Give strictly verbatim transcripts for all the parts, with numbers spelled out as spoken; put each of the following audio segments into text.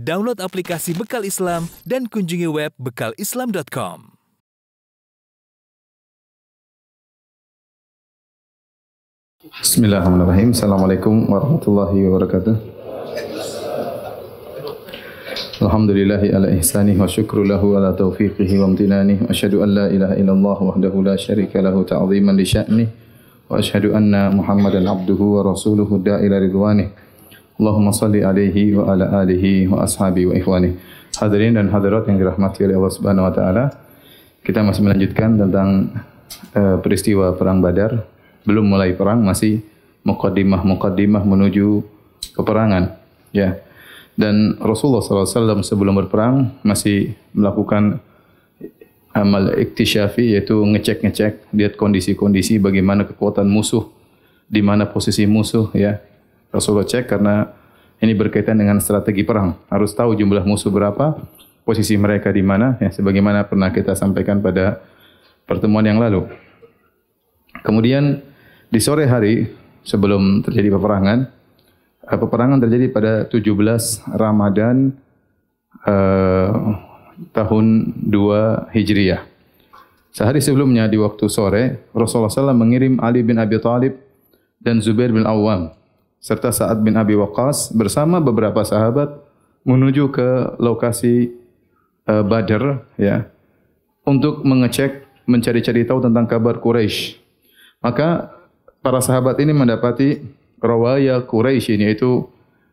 Download aplikasi Bekal Islam dan kunjungi web bekal islam dot com. Bismillahirrahmanirrahim. Assalamualaikum warahmatullahi wabarakatuh. Alhamdulillahi ala ihsanih wa syukru lahu ala taufiqihi wa amtinanih. Wa asyhadu an la ilaha illallah wahdahu la syarika lahu ta'ziman li sya'nih. Wa asyhadu anna Muhammadan abduhu wa rasuluhu da'ila ridwanih. Allahumma salli alaihi wa ala alihi wa ashabi wa ikhwani. Hadirin dan hadirat yang dirahmati oleh Allah Subhanahu wa taala. Kita masih melanjutkan tentang uh, peristiwa perang Badar. Belum mulai perang, masih muqaddimah-muqaddimah menuju peperangan, ya. Dan Rasulullah sallallahu alaihi wasallam sebelum berperang masih melakukan amal iktisyafi, yaitu ngecek-ngecek, lihat kondisi-kondisi bagaimana kekuatan musuh, di mana posisi musuh, ya. Rasulullah cek karena ini berkaitan dengan strategi perang. Harus tahu jumlah musuh berapa, posisi mereka di mana, ya, sebagaimana pernah kita sampaikan pada pertemuan yang lalu. Kemudian di sore hari sebelum terjadi peperangan, peperangan terjadi pada tujuh belas Ramadan eh, tahun dua Hijriah. Sehari sebelumnya di waktu sore, Rasulullah sallallahu alaihi wasallam mengirim Ali bin Abi Thalib dan Zubair bin Awwam serta Sa'ad bin Abi Waqqas bersama beberapa sahabat menuju ke lokasi uh, Badar, ya, untuk mengecek, mencari-cari tahu tentang kabar Quraisy. Maka para sahabat ini mendapati rawaya Quraisy ini, yaitu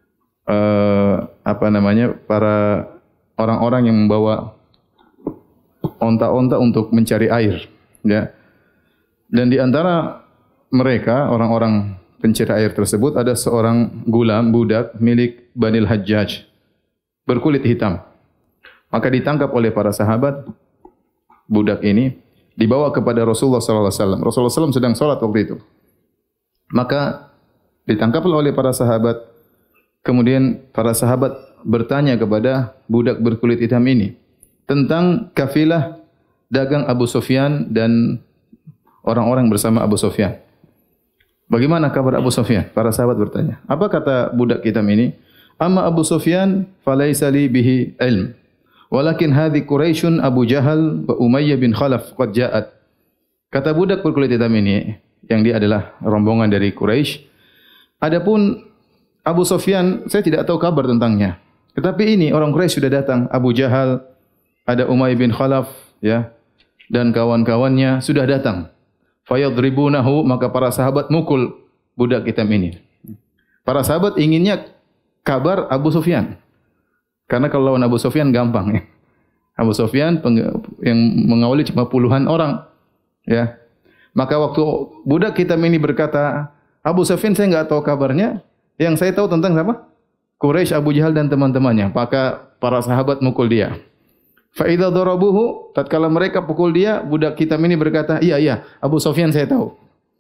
uh, apa namanya, para orang-orang yang membawa onta-onta untuk mencari air, ya. Dan di antara mereka, orang-orang pencari air tersebut, ada seorang gulam, budak milik Banil Hajjaj, berkulit hitam. Maka ditangkap oleh para sahabat, budak ini dibawa kepada Rasulullah sallallahu alaihi wasallam. Rasulullah sallallahu alaihi wasallam sedang salat waktu itu. Maka ditangkaplah oleh para sahabat. Kemudian para sahabat bertanya kepada budak berkulit hitam ini tentang kafilah dagang Abu Sufyan dan orang-orang bersama Abu Sufyan. Bagaimana kabar Abu Sufyan? Para sahabat bertanya. Apa kata budak hitam ini? Amma Abu Sufyan falaysa li bihi ilm. Walakin hadhi Quraisyun Abu Jahal wa Umayyah bin Khalaf qad ja'at. Kata budak berkulit hitam ini, yang dia adalah rombongan dari Quraisy. Adapun Abu Sufyan, saya tidak tahu kabar tentangnya. Tetapi ini orang Quraisy sudah datang. Abu Jahal, ada Umayyah bin Khalaf, ya, dan kawan-kawannya sudah datang. Fayadribunahu, maka para sahabat mukul budak hitam ini. Para sahabat inginnya kabar Abu Sufyan. Karena kalau lawan Abu Sufyan gampang, ya. Abu Sufyan yang mengawali cuma puluhan orang, ya. Maka waktu budak hitam ini berkata, Abu Sufyan saya enggak tahu kabarnya, yang saya tahu tentang siapa? Quraisy, Abu Jahal dan teman-temannya. Maka para sahabat mukul dia. Fa idza darabuhu, tatkala mereka pukul dia, budak hitam ini berkata, "Iya, iya, Abu Sufyan saya tahu."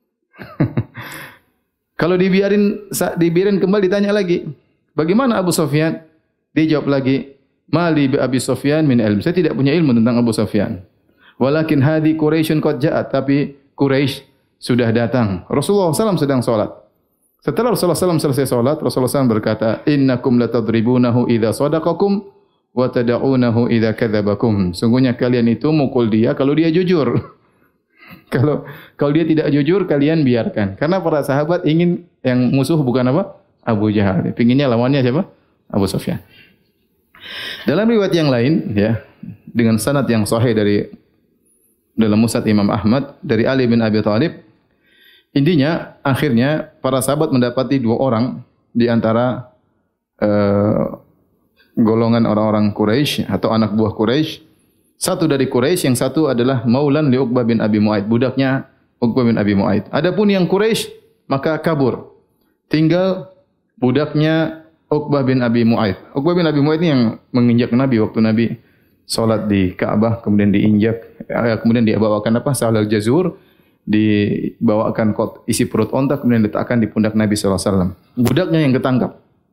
Kalau dibiarin dibiarin kembali ditanya lagi, "Bagaimana Abu Sufyan?" Dia jawab lagi, "Mali bi Abi Sufyan min ilm." Saya tidak punya ilmu tentang Abu Sufyan. Walakin hadi Quraisyun qad ja'at, tapi Quraisy sudah datang. Rasulullah sallallahu alaihi wasallam sedang salat. Setelah Rasulullah sallallahu alaihi wasallam selesai salat, Rasulullah sallallahu alaihi wasallam berkata, "Innakum latadribunahu idza sadaqakum wa tad'unahu idza kadzabakum." Sungguhnya kalian itu mukul dia kalau dia jujur. Kalau kalau dia tidak jujur, kalian biarkan. Karena para sahabat ingin yang musuh bukan apa? Abu Jahal. Pinginnya lawannya siapa? Abu Sufyan. Dalam riwayat yang lain, ya, dengan sanad yang sahih dari dalam Musnad Imam Ahmad dari Ali bin Abi Thalib, intinya akhirnya para sahabat mendapati dua orang di antara uh, golongan orang-orang Quraisy atau anak buah Quraisy. Satu dari Quraisy, yang satu adalah Maulan li Uqbah bin Abi Mu'aid, budaknya Uqbah bin Abi Mu'aid. Adapun yang Quraisy maka kabur. Tinggal budaknya Uqbah bin Abi Mu'aid. Uqbah bin Abi Mu'aid ini yang menginjak Nabi waktu Nabi salat di Ka'bah, kemudian diinjak, kemudian dibawakan apa? Sa'al al-Jazur, dibawakan kot isi perut onta, kemudian diletakkan di pundak Nabi sallallahu alaihi wasallam. Budaknya yang ketangkap.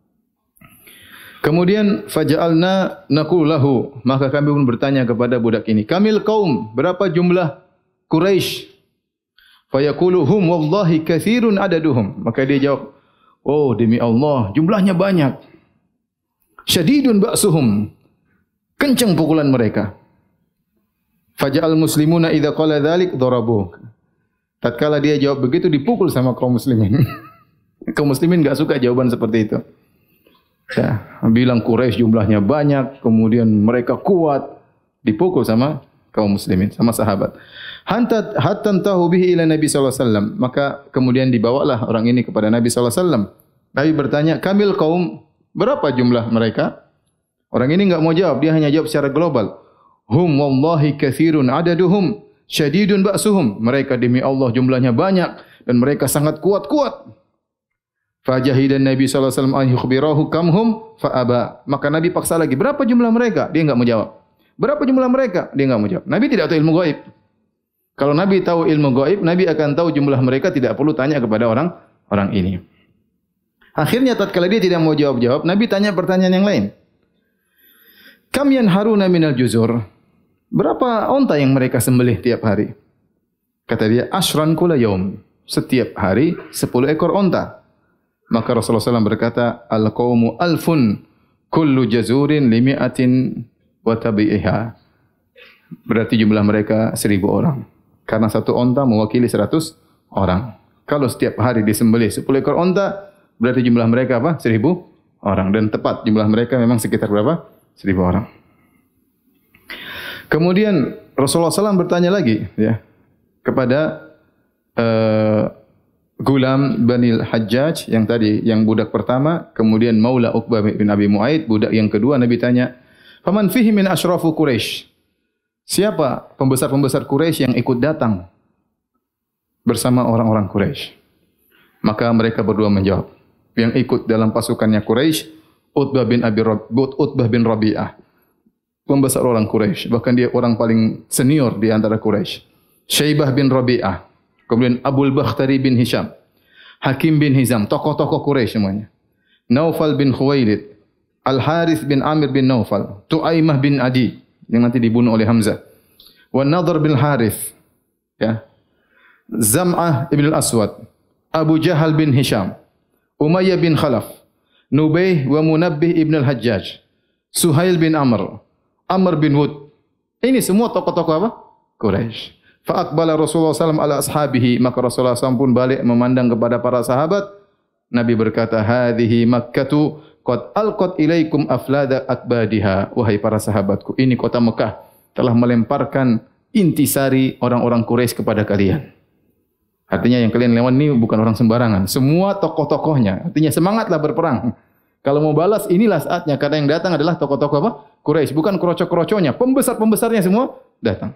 Kemudian faja'alna naqulu lahu, maka kami pun bertanya kepada budak ini, "Kamil qaum, berapa jumlah Quraisy?" Fayaqulu hum wallahi katsirun adaduhum. Maka dia jawab, "Oh, demi Allah, jumlahnya banyak." Syadidun ba'suhum. Kencang pukulan mereka. Faja'al muslimuna idza qala dzalik darabuh. Tatkala dia jawab begitu dipukul sama kaum muslimin. Kaum muslimin enggak suka jawaban seperti itu. Ya, bilang Quraisy jumlahnya banyak, kemudian mereka kuat, dipukul sama kaum muslimin, sama sahabat. Hatta hatta tahu bihi ila Nabi sallallahu alaihi wasallam. Maka kemudian dibawalah orang ini kepada Nabi sallallahu alaihi wasallam. Nabi bertanya, "Kamil kaum, berapa jumlah mereka?" Orang ini enggak mau jawab, dia hanya jawab secara global. Hum wallahi katsirun adaduhum syadidun ba'suhum. Mereka demi Allah jumlahnya banyak dan mereka sangat kuat-kuat. Fajahidan Nabi sallallahu alaihi wasallam an yukhbirahu kamhum fa aba. Maka Nabi paksa lagi, berapa jumlah mereka? Dia enggak mau jawab. Berapa jumlah mereka? Dia enggak mau jawab. Nabi tidak tahu ilmu gaib. Kalau Nabi tahu ilmu gaib, Nabi akan tahu jumlah mereka, tidak perlu tanya kepada orang orang ini. Akhirnya tatkala dia tidak mau jawab-jawab, Nabi tanya pertanyaan yang lain. Kam yanharuna minal juzur? Berapa onta yang mereka sembelih tiap hari? Kata dia, ashran kula yaum. Setiap hari sepuluh ekor onta. Maka Rasulullah sallallahu alaihi wasallam berkata, al-qawmu alfun kullu jazurin limi'atin wa tabi'iha. Berarti jumlah mereka seribu orang. Karena satu onta mewakili seratus orang. Kalau setiap hari disembelih sepuluh ekor onta, berarti jumlah mereka apa? Seribu orang. Dan tepat jumlah mereka memang sekitar berapa? Seribu orang. Kemudian Rasulullah sallallahu alaihi wasallam bertanya lagi ya, kepada uh, Gulam Banil Hajjaj yang tadi, yang budak pertama, kemudian Maula Uqbah bin Abi Mu'aid, budak yang kedua. Nabi tanya, "Faman fihi min asyrafu Quraisy?" Siapa pembesar-pembesar Quraisy yang ikut datang bersama orang-orang Quraisy? Maka mereka berdua menjawab, yang ikut dalam pasukannya Quraisy, Utbah bin Abi Rabi'ah, Utbah bin Rabi'ah, pembesar orang Quraisy, bahkan dia orang paling senior di antara Quraisy. Syaibah bin Rabi'ah, kemudian Abul Bakhtari bin Hisham, Hakim bin Hizam, tokoh-tokoh Quraisy semuanya. Naufal bin Khuwailid, Al-Harith bin Amir bin Naufal, Tu'aimah bin Adi yang nanti dibunuh oleh Hamzah. Wa Nadhr bin Harith, ya. Zam'ah ibn al-Aswad, Abu Jahal bin Hisham, Umayyah bin Khalaf, Nubayh wa Munabbih ibn al-Hajjaj, Suhail bin Amr, Amr bin Wud. Ini semua tokoh-tokoh apa? Quraisy. Fa'aqbala Rasulullah sallallahu alaihi wasallam ala ashabihi. Maka Rasulullah sallallahu alaihi wasallam pun balik memandang kepada para sahabat. Nabi berkata, "Hadhihi Makkatu qad alqat ilaikum aflada akbadiha." Wahai para sahabatku, ini kota Mekah telah melemparkan intisari orang-orang Quraisy kepada kalian. Artinya yang kalian lawan ini bukan orang sembarangan. Semua tokoh-tokohnya. Artinya semangatlah berperang. Kalau mau balas, inilah saatnya. Karena yang datang adalah tokoh-tokoh apa? Quraisy. Bukan kroco-kroconya. Pembesar-pembesarnya semua datang.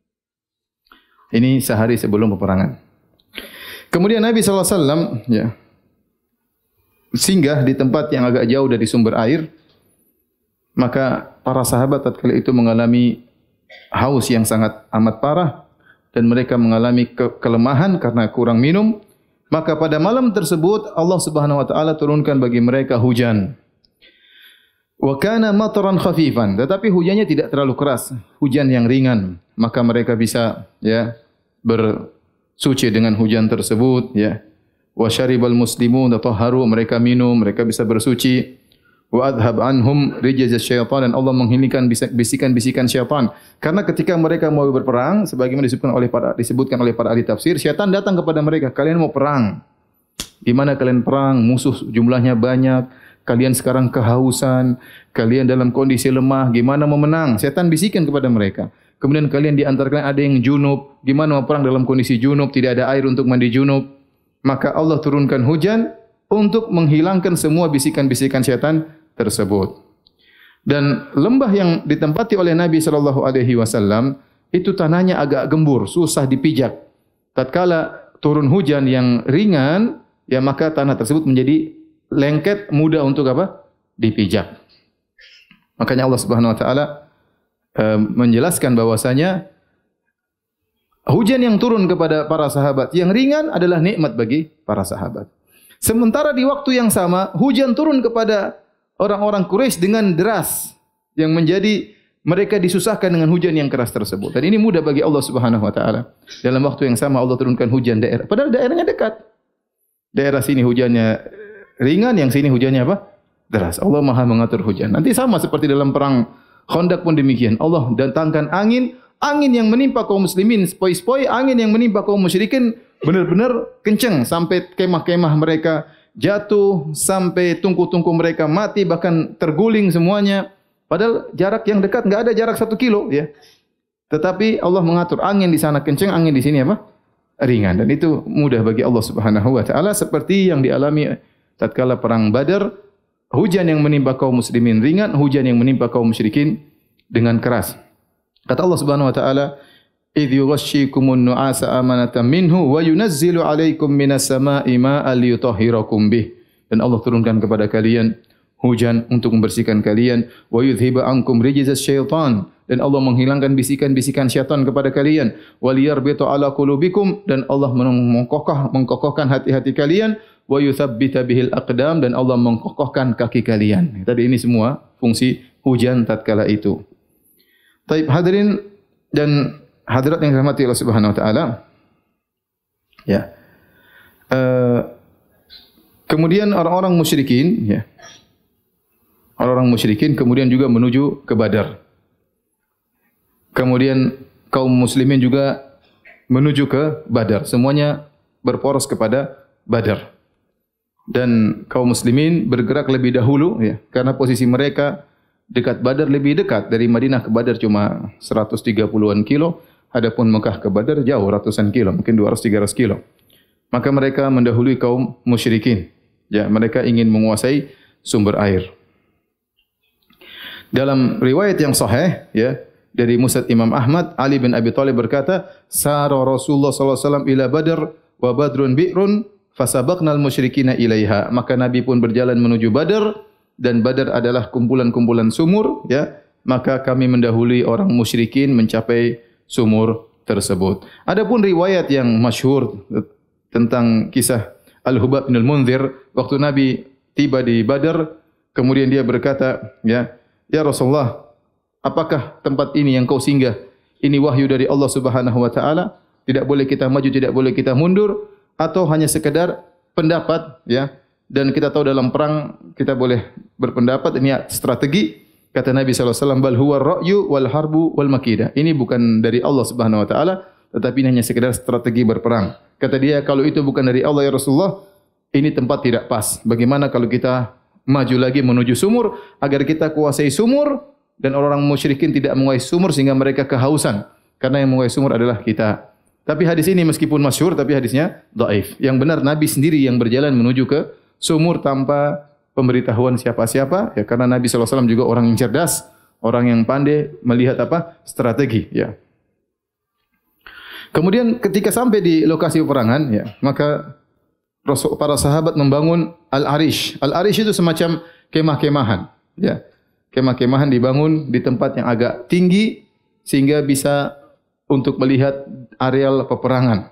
Ini sehari sebelum peperangan. Kemudian Nabi sallallahu alaihi wasallam ya, singgah di tempat yang agak jauh dari sumber air. Maka para sahabat tatkala itu mengalami haus yang sangat amat parah. Dan mereka mengalami ke kelemahan karena kurang minum. Maka pada malam tersebut Allah Subhanahu wa taala turunkan bagi mereka hujan. Wa kana mataran khafifan, tetapi hujannya tidak terlalu keras, hujan yang ringan. Maka mereka bisa ya bersuci dengan hujan tersebut ya. Wa syaribal muslimun tatahharu, mereka minum, mereka bisa bersuci. Wa adhab anhum rijaz syaitan, dan Allah menghilangkan bisikan-bisikan syaitan. Karena ketika mereka mau berperang, sebagaimana disebutkan oleh para disebutkan oleh para ahli tafsir, syaitan datang kepada mereka, "Kalian mau perang. Gimana kalian perang? Musuh jumlahnya banyak. Kalian sekarang kehausan, kalian dalam kondisi lemah, gimana mau menang?" Syaitan bisikan kepada mereka. Kemudian kalian di antara kalian ada yang junub, gimana mau perang dalam kondisi junub, tidak ada air untuk mandi junub. Maka Allah turunkan hujan untuk menghilangkan semua bisikan-bisikan syaitan tersebut. Dan lembah yang ditempati oleh Nabi sallallahu alaihi wasallam itu tanahnya agak gembur, susah dipijak. Tatkala turun hujan yang ringan, ya maka tanah tersebut menjadi lengket, mudah untuk apa? Dipijak. Makanya Allah Subhanahu wa taala e, menjelaskan bahwasanya hujan yang turun kepada para sahabat yang ringan adalah nikmat bagi para sahabat. Sementara di waktu yang sama hujan turun kepada orang-orang Quraisy dengan deras yang menjadi mereka disusahkan dengan hujan yang keras tersebut. Dan ini mudah bagi Allah Subhanahu wa taala. Dalam waktu yang sama Allah turunkan hujan daerah, padahal daerahnya dekat. Daerah sini hujannya ringan, yang sini hujannya apa? deras. Allah Maha mengatur hujan. Nanti sama seperti dalam perang Khandaq pun demikian. Allah datangkan angin, angin yang menimpa kaum muslimin sepoi-sepoi, angin yang menimpa kaum musyrikin benar-benar kencang sampai kemah-kemah mereka jatuh, sampai tungku-tungku mereka mati, bahkan terguling semuanya. Padahal jarak yang dekat enggak ada jarak satu kilo, ya. Tetapi Allah mengatur angin di sana kencang, angin di sini apa? Ringan. Dan itu mudah bagi Allah Subhanahu wa taala, seperti yang dialami tatkala perang Badar, hujan yang menimpa kaum muslimin ringan, hujan yang menimpa kaum musyrikin dengan keras. Kata Allah Subhanahu wa taala, "Idz yughashshikumun nu'asa amanatan minhu wa yunazzilu 'alaikum minas sama'i ma'an liyutahhirakum bih." Dan Allah turunkan kepada kalian hujan untuk membersihkan kalian, wa yudhhiba ankum rijzas syaitan, dan Allah menghilangkan bisikan-bisikan syaitan kepada kalian, wa liyarbita 'ala qulubikum, dan Allah mengkokoh mengkokohkan hati-hati kalian, wa yuthabbita bihil aqdam, dan Allah mengkokohkan kaki kalian. Tadi ini semua fungsi hujan tatkala itu. Taib hadirin dan hadirat yang dirahmati Allah Subhanahu wa taala. Ya. Uh, kemudian orang-orang musyrikin, ya. Orang-orang musyrikin kemudian juga menuju ke Badar. Kemudian kaum muslimin juga menuju ke Badar. Semuanya berporos kepada Badar. Dan kaum muslimin bergerak lebih dahulu, ya, karena posisi mereka dekat Badar, lebih dekat. Dari Madinah ke Badar cuma seratus tiga puluhan kilo. Adapun Mekah ke Badar jauh ratusan kilo, mungkin dua ratus tiga ratus kilo. Maka mereka mendahului kaum musyrikin. Ya, mereka ingin menguasai sumber air. Dalam riwayat yang sahih, ya, dari Musnad Imam Ahmad, Ali bin Abi Thalib berkata, "Sara Rasulullah sallallahu alaihi wasallam ila Badr wa Badrun bi'run fasabaqnal musyrikina ilaiha." Maka Nabi pun berjalan menuju Badar, dan Badar adalah kumpulan-kumpulan sumur, ya. Maka kami mendahului orang musyrikin mencapai sumur tersebut. Adapun riwayat yang masyhur tentang kisah Al-Hubab bin Al-Munzir, waktu Nabi tiba di Badar, kemudian dia berkata, ya, "Ya Rasulullah, apakah tempat ini yang kau singgah? Ini wahyu dari Allah Subhanahu wa taala, tidak boleh kita maju, tidak boleh kita mundur, atau hanya sekedar pendapat, ya? Dan kita tahu dalam perang kita boleh berpendapat, ini strategi." Kata Nabi sallallahu alaihi wasallam, "Bal huwa ar-ra'yu wal harbu wal makidah." Ini bukan dari Allah Subhanahu wa taala, tetapi ini hanya sekedar strategi berperang. Kata dia, "Kalau itu bukan dari Allah ya Rasulullah, ini tempat tidak pas. Bagaimana kalau kita maju lagi menuju sumur agar kita kuasai sumur dan orang-orang musyrikin tidak menguasai sumur sehingga mereka kehausan, karena yang menguasai sumur adalah kita." Tapi hadis ini meskipun masyhur tapi hadisnya dhaif. Yang benar Nabi sendiri yang berjalan menuju ke sumur tanpa pemberitahuan siapa-siapa, ya, karena Nabi sallallahu alaihi wasallam juga orang yang cerdas, orang yang pandai melihat apa? Strategi, ya. Kemudian ketika sampai di lokasi peperangan, ya, maka para sahabat membangun Al-Arish. Al-Arish itu semacam kemah-kemahan, ya. Kemah-kemahan dibangun di tempat yang agak tinggi sehingga bisa untuk melihat areal peperangan.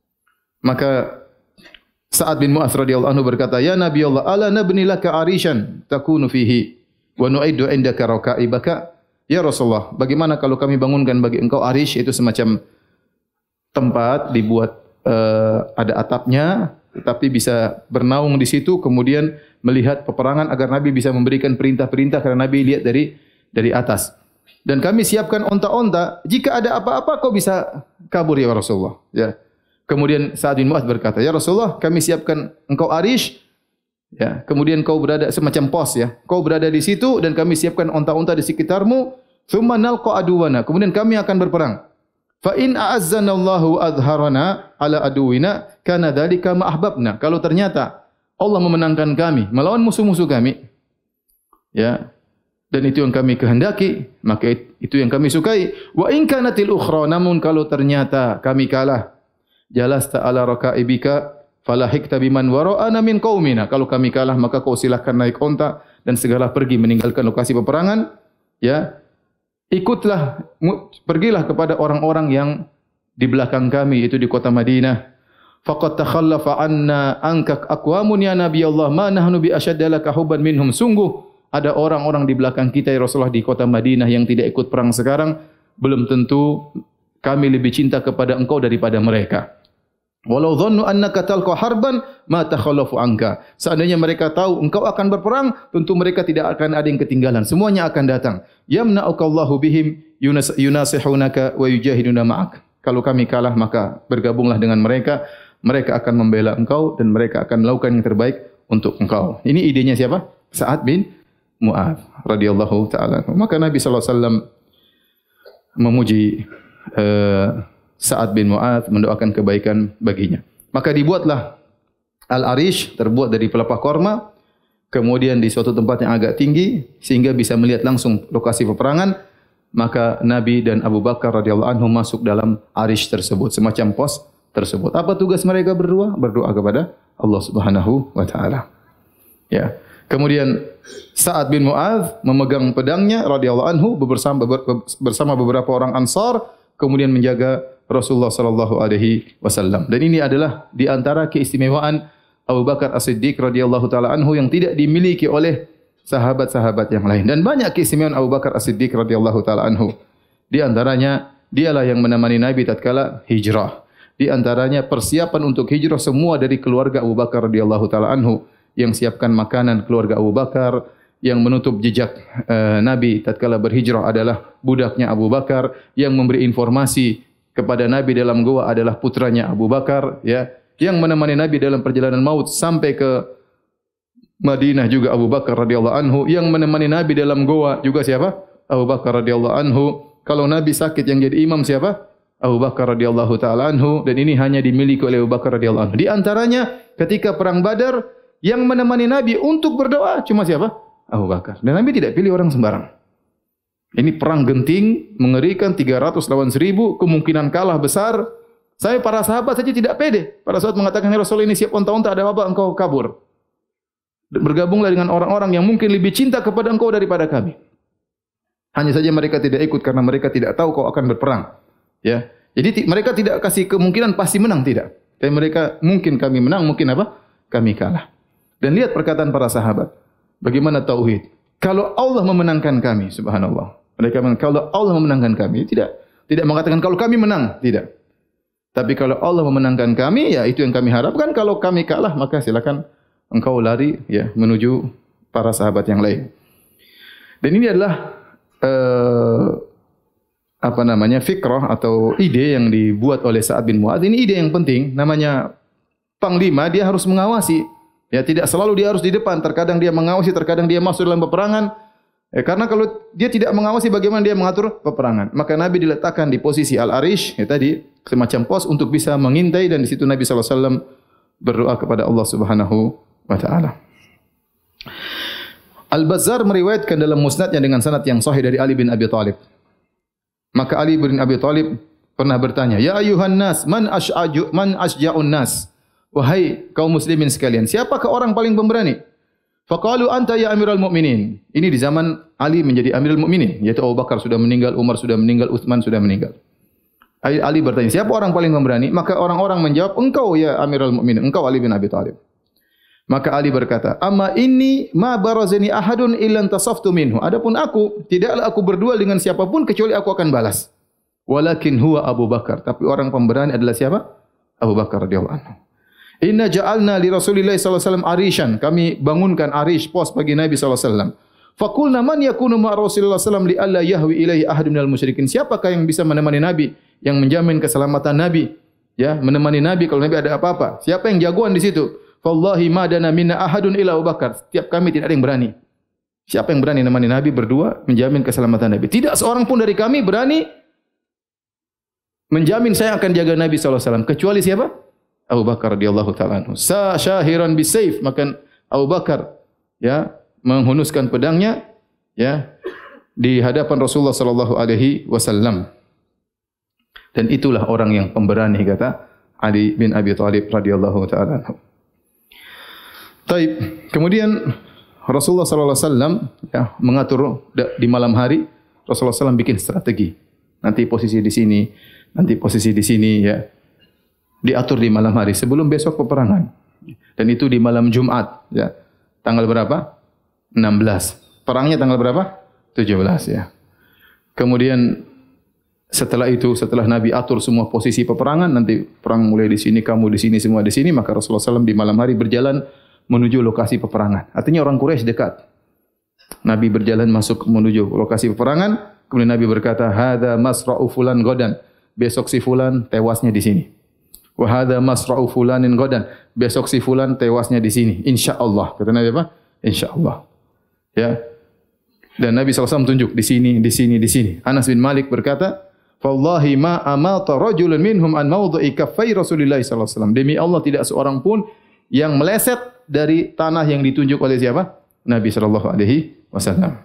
Maka Sa'ad bin Mu'adz radhiyallahu anhu berkata, "Ya Nabi Allah, ala nabni laka arishan takunu fihi wa nu'idu indaka rakaibaka?" Ya Rasulullah, bagaimana kalau kami bangunkan bagi engkau arish, itu semacam tempat dibuat uh, ada atapnya, tetapi bisa bernaung di situ, kemudian melihat peperangan agar Nabi bisa memberikan perintah-perintah karena Nabi lihat dari dari atas. Dan kami siapkan onta-onta, jika ada apa-apa kau bisa kabur ya Rasulullah, ya. Kemudian Sa'ad bin Mu'adz berkata, "Ya Rasulullah, kami siapkan engkau arish, ya. Kemudian kau berada semacam pos, ya. Kau berada di situ dan kami siapkan onta-onta di sekitarmu. Tsumma nalqa aduwana." Kemudian kami akan berperang. "Fa in a'azzanallahu adharana ala aduwina kana dzalika ma ahbabna." Kalau ternyata Allah memenangkan kami melawan musuh-musuh kami, ya, dan itu yang kami kehendaki, maka itu yang kami sukai. "Wa in kanatil ukhra," namun kalau ternyata kami kalah, "jalasta ala rakaibika falahikta biman wara'ana min qaumina." Kalau kami kalah maka kau silakan naik onta dan segala pergi meninggalkan lokasi peperangan, ya. Ikutlah, pergilah kepada orang-orang yang di belakang kami, itu di kota Madinah. "Faqad takhallafa anna anka aqwamun ya Nabi Allah, ma nahnu bi ashadda laka hubban minhum." Sungguh ada orang-orang di belakang kita ya Rasulullah di kota Madinah yang tidak ikut perang sekarang, belum tentu kami lebih cinta kepada engkau daripada mereka. Walau dhannu annaka talqa harban ma takhallafu anka. Seandainya mereka tahu engkau akan berperang, tentu mereka tidak akan ada yang ketinggalan. Semuanya akan datang. Yamna'ukallahu bihim yunasihunaka wa yujahiduna ma'ak. Kalau kami kalah maka bergabunglah dengan mereka. Mereka akan membela engkau dan mereka akan melakukan yang terbaik untuk engkau. Ini idenya siapa? Sa'ad bin Mu'adz radhiyallahu taala. Maka Nabi sallallahu alaihi wasallam memuji uh, Sa'ad bin Mu'adz, mendoakan kebaikan baginya. Maka dibuatlah Al-Arish, terbuat dari pelepah korma, kemudian di suatu tempat yang agak tinggi sehingga bisa melihat langsung lokasi peperangan. Maka Nabi dan Abu Bakar radhiyallahu anhu masuk dalam Arish tersebut, semacam pos tersebut. Apa tugas mereka berdua? Berdoa kepada Allah Subhanahu wa taala. Ya. Kemudian Sa'ad bin Mu'adz memegang pedangnya radhiyallahu anhu bersama bersama beberapa orang Ansar, kemudian menjaga Rasulullah sallallahu alaihi wasallam. Dan ini adalah di antara keistimewaan Abu Bakar As-Siddiq radhiyallahu taala anhu yang tidak dimiliki oleh sahabat-sahabat yang lain. Dan banyak keistimewaan Abu Bakar As-Siddiq radhiyallahu taala anhu. Di antaranya dialah yang menemani Nabi tatkala hijrah. Di antaranya persiapan untuk hijrah semua dari keluarga Abu Bakar radhiyallahu taala anhu, yang siapkan makanan keluarga Abu Bakar, yang menutup jejak uh, Nabi tatkala berhijrah adalah budaknya Abu Bakar, yang memberi informasi kepada Nabi dalam gua adalah putranya Abu Bakar, ya, yang menemani Nabi dalam perjalanan maut sampai ke Madinah juga Abu Bakar radhiyallahu anhu, yang menemani Nabi dalam gua juga siapa? Abu Bakar radhiyallahu anhu. Kalau Nabi sakit yang jadi imam siapa? Abu Bakar radhiyallahu taala anhu, dan ini hanya dimiliki oleh Abu Bakar radhiyallahu anhu. Di antaranya ketika perang Badar yang menemani Nabi untuk berdoa cuma siapa? Abu Bakar. Dan Nabi tidak pilih orang sembarang. Ini perang genting, mengerikan, tiga ratus lawan seribu, kemungkinan kalah besar. Saya para sahabat saja tidak pede. Pada saat mengatakan, ya Rasul, ini siap onta-onta, ada apa engkau kabur. Bergabunglah dengan orang-orang yang mungkin lebih cinta kepada engkau daripada kami. Hanya saja mereka tidak ikut karena mereka tidak tahu kau akan berperang. Ya, jadi mereka tidak kasih kemungkinan pasti menang, tidak. Tapi mereka mungkin kami menang, mungkin apa? Kami kalah. Dan lihat perkataan para sahabat. Bagaimana tauhid? Kalau Allah memenangkan kami, subhanallah. Mereka mengatakan, kalau Allah memenangkan kami, tidak. Tidak mengatakan kalau kami menang, tidak. Tapi kalau Allah memenangkan kami, ya itu yang kami harapkan. Kalau kami kalah, maka silakan engkau lari ya menuju para sahabat yang lain. Dan ini adalah uh, apa namanya fikrah atau ide yang dibuat oleh Sa'ad bin Mu'adz. Ini ide yang penting. Namanya panglima, dia harus mengawasi. Ya, tidak selalu dia harus di depan. Terkadang dia mengawasi, terkadang dia masuk dalam peperangan. Eh, karena kalau dia tidak mengawasi bagaimana dia mengatur peperangan. Maka Nabi diletakkan di posisi Al-Arish, ya tadi semacam pos untuk bisa mengintai, dan di situ Nabi sallallahu alaihi wasallam berdoa kepada Allah Subhanahu wa taala. Al-Bazzar meriwayatkan dalam musnadnya dengan sanad yang sahih dari Ali bin Abi Thalib. Maka Ali bin Abi Thalib pernah bertanya, "Ya ayuhan nas, man ash'aju man asja'un nas?" Wahai kaum muslimin sekalian, siapakah orang paling pemberani? Faqalu anta ya Amirul Mukminin. Ini di zaman Ali menjadi Amirul Mukminin, yaitu Abu Bakar sudah meninggal, Umar sudah meninggal, Utsman sudah meninggal. Ali bertanya, siapa orang paling pemberani? Maka orang-orang menjawab, engkau ya Amirul Mukminin, engkau Ali bin Abi Thalib. Maka Ali berkata, "Amma inni ma barazani ahadun illa tasaftu minhu." Adapun aku, tidaklah aku berduel dengan siapapun kecuali aku akan balas. Walakin huwa Abu Bakar, tapi orang pemberani adalah siapa? Abu Bakar radhiyallahu anhu. Inna ja'alna li Rasulillah sallallahu alaihi wasallam arishan. Kami bangunkan arish, pos bagi Nabi sallallahu alaihi wasallam. Faqulna man yakunu ma Rasulillah sallallahu alaihi wasallam li alla yahwi ilaihi ahadun minal musyrikin. Siapakah yang bisa menemani Nabi, yang menjamin keselamatan Nabi? Ya, menemani Nabi kalau Nabi ada apa-apa. Siapa yang jagoan di situ? Wallahi ma dana minna ahadun illa Abu Bakar. Setiap kami tidak ada yang berani. Siapa yang berani menemani Nabi berdua menjamin keselamatan Nabi? Tidak seorang pun dari kami berani menjamin saya akan jaga Nabi sallallahu alaihi wasallam kecuali siapa? Abu Bakar radhiyallahu taala anhu. Sa syahiran bisayf, maka Abu Bakar ya menghunuskan pedangnya ya di hadapan Rasulullah sallallahu alaihi wasallam. Dan itulah orang yang pemberani, kata Ali bin Abi Thalib radhiyallahu taala anhu. Taib. Kemudian Rasulullah sallallahu alaihi wasallam ya mengatur di malam hari. Rasulullah sallallahu alaihi wasallam bikin strategi. Nanti posisi di sini, nanti posisi di sini ya. Diatur di malam hari sebelum besok peperangan. Dan itu di malam Jumat ya. Tanggal berapa? enam belas. Perangnya tanggal berapa? tujuh belas ya. Kemudian Setelah itu, setelah Nabi atur semua posisi peperangan, nanti perang mulai di sini, kamu di sini, semua di sini, maka Rasulullah shallallahu alaihi wasallam di malam hari berjalan menuju lokasi peperangan. Artinya orang Quraisy dekat. Nabi berjalan masuk menuju lokasi peperangan, kemudian Nabi berkata, "Hadza masra'u fulan godan." Besok si fulan tewasnya di sini. "Wa hadza masra'u fulanin godan." Besok si fulan tewasnya di sini. Insyaallah. Kata Nabi apa? Insyaallah. Ya. Dan Nabi shallallahu alaihi wasallam tunjuk di sini, di sini, di sini. Anas bin Malik berkata, "Wallahi ma amata rajulun minhum an mawdu'i kaffai Rasulillah sallallahu alaihi wasallam." Demi Allah tidak seorang pun yang meleset dari tanah yang ditunjuk oleh siapa? Nabi sallallahu alaihi wasallam.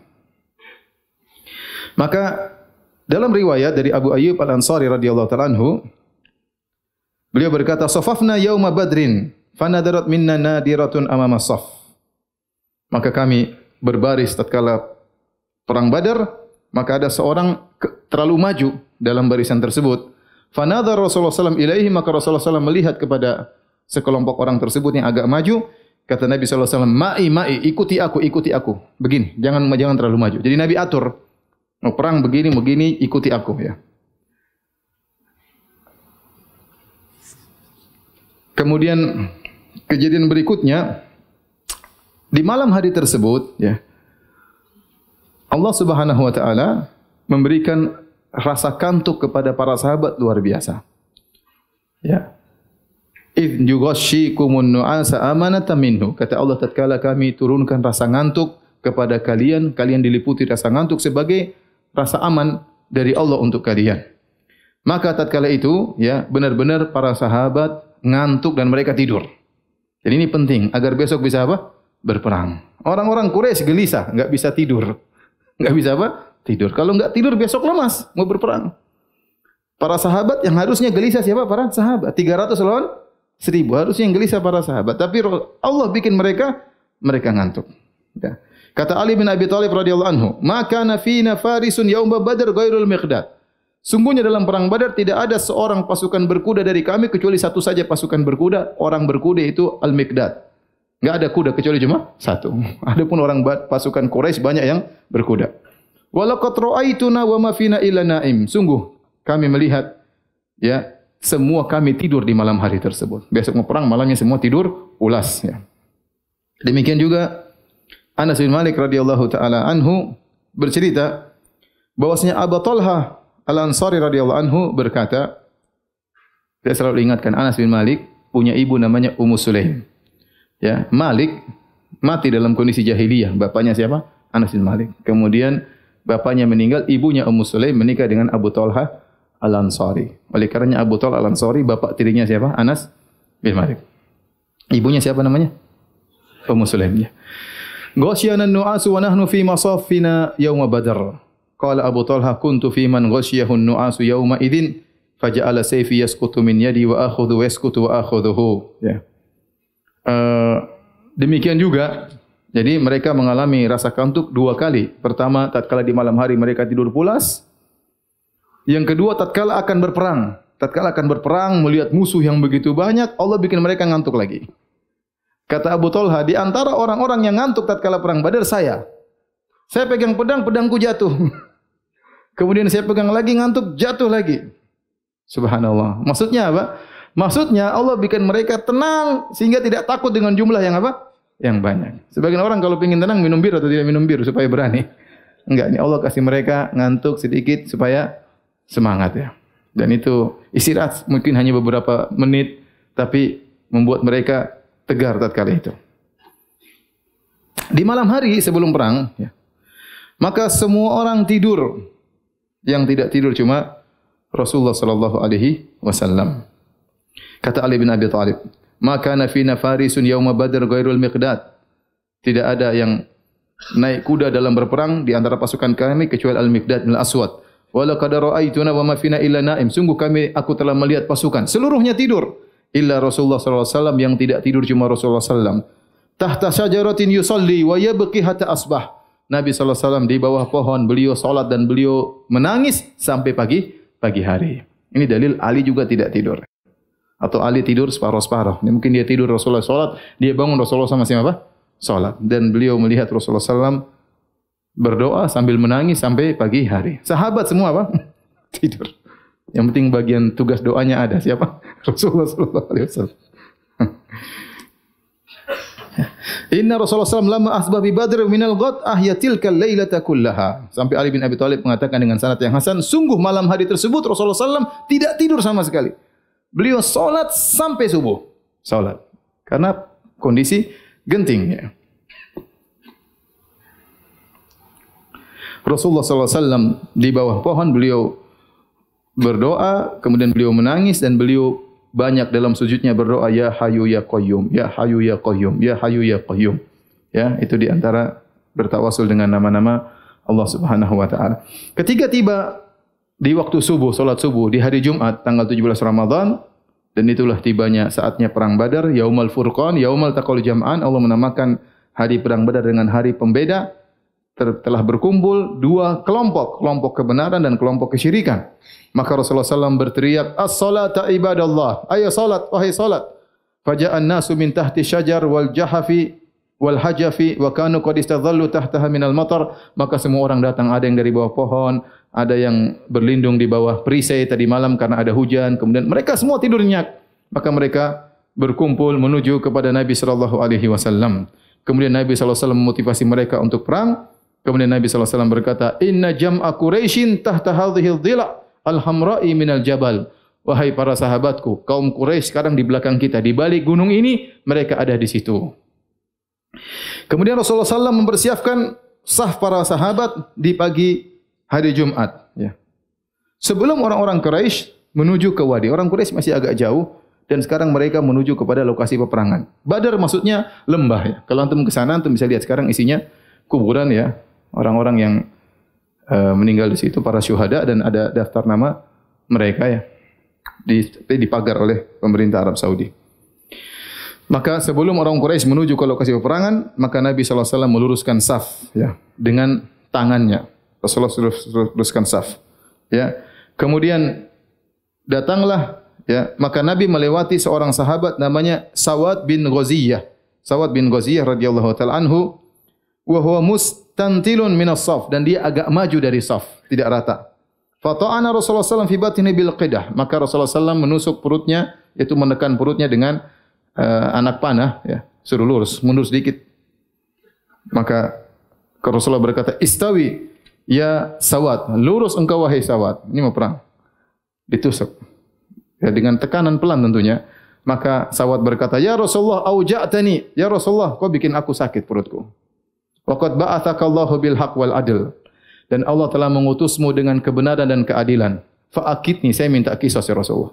Maka dalam riwayat dari Abu Ayyub Al-Ansari radhiyallahu ta'ala anhu, beliau berkata, "Safafna yauma Badrin, fanadarat minna nadiratun amama saf." Maka kami berbaris tatkala perang Badar, maka ada seorang terlalu maju dalam barisan tersebut. Fanadhar Rasulullah sallallahu alaihi wasallam ilaihi, maka Rasulullah sallallahu alaihi wasallam melihat kepada sekelompok orang tersebut yang agak maju. Kata Nabi sallallahu alaihi wasallam, "Ma'i, ma'i, ikuti aku, ikuti aku." Begini, jangan jangan terlalu maju. Jadi Nabi atur, mau perang begini, begini, ikuti aku ya. Kemudian kejadian berikutnya, di malam hari tersebut ya, Allah Subhanahu wa taala memberikan rasa kantuk kepada para sahabat luar biasa. Ya. Idh yughashshikumun nu'asa amanatan minhu. Kata Allah, tatkala kami turunkan rasa ngantuk kepada kalian, kalian diliputi rasa ngantuk sebagai rasa aman dari Allah untuk kalian. Maka tatkala itu ya, benar-benar para sahabat ngantuk dan mereka tidur. Jadi ini penting agar besok bisa apa? Berperang. Orang-orang Quraisy gelisah, enggak bisa tidur. Enggak bisa apa? Tidur. Kalau enggak tidur besok lemas mau berperang. Para sahabat yang harusnya gelisah siapa? Para sahabat. tiga ratus lawan seribu. Harusnya yang gelisah para sahabat. Tapi Allah bikin mereka mereka ngantuk. Ya. Kata Ali bin Abi Thalib radhiyallahu anhu, "Maka nafina farisun yauma Badr ghairul Miqdad." Sungguhnya dalam perang Badar tidak ada seorang pasukan berkuda dari kami kecuali satu saja pasukan berkuda. Orang berkuda itu Al-Miqdad. Enggak ada kuda kecuali cuma satu. Adapun orang pasukan Quraisy banyak yang berkuda. Walaqad ra'aituna wa ma fina illa naim. Sungguh kami melihat ya, semua kami tidur di malam hari tersebut. Besok mau perang malamnya semua tidur ulas ya. Demikian juga Anas bin Malik radhiyallahu taala anhu bercerita bahwasanya Abu Talha Al-Ansari radhiyallahu anhu berkata, saya selalu ingatkan Anas bin Malik punya ibu namanya Ummu Sulaim. Ya, Malik mati dalam kondisi jahiliyah. Bapaknya siapa? Anas bin Malik. Kemudian bapaknya meninggal, ibunya Ummu Sulaim menikah dengan Abu Talha Al-Ansari. Oleh karenanya Abu Talha Al-Ansari bapak tirinya siapa? Anas bin Malik. Ibunya siapa namanya? Ummu Sulaim. Ya. Ghasyana an-nu'asu wa nahnu fi masafina yauma Badr. Qala Abu Talha kuntu fi man ghasyiyahu an-nu'asu yauma idzin faja'ala sayfi yasqutu min yadi wa akhudhu yasqutu wa akhudhuhu. Ya. Uh, demikian juga, jadi mereka mengalami rasa kantuk dua kali. Pertama, tatkala di malam hari mereka tidur pulas. Yang kedua, tatkala akan berperang. Tatkala akan berperang, melihat musuh yang begitu banyak, Allah bikin mereka ngantuk lagi. Kata Abu Talha, di antara orang-orang yang ngantuk tatkala perang Badar saya. Saya pegang pedang, pedangku jatuh. Kemudian saya pegang lagi, ngantuk, jatuh lagi. Subhanallah. Maksudnya apa? Maksudnya Allah bikin mereka tenang sehingga tidak takut dengan jumlah yang apa? Yang banyak. Sebagian orang kalau ingin tenang minum bir atau tidak minum bir supaya berani. Enggak, ini Allah kasih mereka ngantuk sedikit supaya semangat ya. Dan itu istirahat mungkin hanya beberapa menit tapi membuat mereka tegar tatkala itu. Di malam hari sebelum perang ya, maka semua orang tidur. Yang tidak tidur cuma Rasulullah sallallahu alaihi wasallam. Kata Ali bin Abi Thalib, "Maka nafina farisun yauma Badr ghairul Miqdad." Tidak ada yang naik kuda dalam berperang di antara pasukan kami kecuali Al-Miqdad bin Al-Aswad. "Wa laqad ra'aituna wa ma fina illa naim." Sungguh kami aku telah melihat pasukan seluruhnya tidur, illa Rasulullah sallallahu alaihi wasallam yang tidak tidur cuma Rasulullah sallallahu alaihi wasallam. Tahta syajaratin yusalli wa yabki hatta asbah. Nabi sallallahu alaihi wasallam di bawah pohon, beliau salat dan beliau menangis sampai pagi pagi hari. Ini dalil Ali juga tidak tidur. Atau Ali tidur separuh-separuh. Mungkin dia tidur Rasulullah salat, dia bangun Rasulullah sama siapa? Salat. Dan beliau melihat Rasulullah sallallahu alaihi wasallam berdoa sambil menangis sampai pagi hari. Sahabat semua apa? Tidur. Yang penting bagian tugas doanya ada. Siapa? Rasulullah sallallahu alaihi wasallam. Inna Rasulullah sallallahu alaihi wasallam lama asbah bi Badr minal ghad ahyatilkal lailata kullaha. Sampai Ali bin Abi Thalib mengatakan dengan sanad yang hasan, sungguh malam hari tersebut Rasulullah sallallahu alaihi wasallam tidak tidur sama sekali. Beliau salat sampai subuh. Salat. Karena kondisi genting ya. Rasulullah sallallahu alaihi wasallam di bawah pohon beliau berdoa, kemudian beliau menangis dan beliau banyak dalam sujudnya berdoa, ya Hayyu ya Qayyum, ya Hayyu ya Qayyum, ya Hayyu ya Qayyum. Ya, itu di antara bertawasul dengan nama-nama Allah Subhanahu wa taala. Ketika tiba di waktu subuh, salat subuh di hari Jumat tanggal tujuh belas Ramadan, dan itulah tibanya saatnya perang Badar, Yaumul Furqan, Yaumal Taqal Jam'an. Allah menamakan hari perang Badar dengan hari pembeda. Telah berkumpul dua kelompok, kelompok kebenaran dan kelompok kesyirikan. Maka Rasulullah sallallahu alaihi wasallam berteriak, "As-salata ibadallah." Ayo salat, wahai salat. Faja'an nasu min tahti syajar wal jahafi wal hajafi wa kanu qad istadhallu tahtaha minal matar. Maka semua orang datang, ada yang dari bawah pohon, ada yang berlindung di bawah perisai tadi malam karena ada hujan. Kemudian mereka semua tidur nyenyak. Maka mereka berkumpul menuju kepada Nabi sallallahu alaihi wasallam. Kemudian Nabi sallallahu alaihi wasallam memotivasi mereka untuk perang. Kemudian Nabi sallallahu alaihi wasallam berkata, "Inna jam'a Quraisyin tahta hadhihi dhila' al-hamra'i minal jabal." Wahai para sahabatku, kaum Quraisy sekarang di belakang kita, di balik gunung ini, mereka ada di situ. Kemudian Rasulullah sallallahu alaihi wasallam mempersiapkan saf para sahabat di pagi hari Jumat. Ya. Sebelum orang-orang Quraisy menuju ke wadi, orang Quraisy masih agak jauh dan sekarang mereka menuju kepada lokasi peperangan. Badar maksudnya lembah ya. Kalau antum ke sana, antum bisa lihat sekarang isinya kuburan ya. Orang-orang yang uh, meninggal di situ, para syuhada, dan ada daftar nama mereka ya, dipagar oleh pemerintah Arab Saudi. Maka sebelum orang Quraisy menuju ke lokasi peperangan, maka Nabi sallallahu alaihi wasallam meluruskan saf ya dengan tangannya. Rasulullah luruskan saf. Ya. Kemudian datanglah ya, maka Nabi melewati seorang sahabat namanya Sawad bin Ghaziyah. Sawad bin Ghaziyah radhiyallahu taala anhu, wa huwa mustantilun minas saf, dan dia agak maju dari saf, tidak rata. Fata'ana Rasulullah sallallahu alaihi wasallam fi batni bil qidah, maka Rasulullah sallallahu alaihi wasallam menusuk perutnya, yaitu menekan perutnya dengan uh, anak panah ya, suruh lurus, mundur sedikit. Maka Rasulullah berkata, "Istawi ya Sawad, lurus engkau wahai Sawad." Ini mau perang. Ditusuk. Ya, dengan tekanan pelan tentunya. Maka Sawad berkata, "Ya Rasulullah, auja'tani." Ya Rasulullah, kau bikin aku sakit perutku. Waqad ba'atsakallahu bil haqq wal adl. Dan Allah telah mengutusmu dengan kebenaran dan keadilan. Fa'akidni, saya minta qisas ya Rasulullah.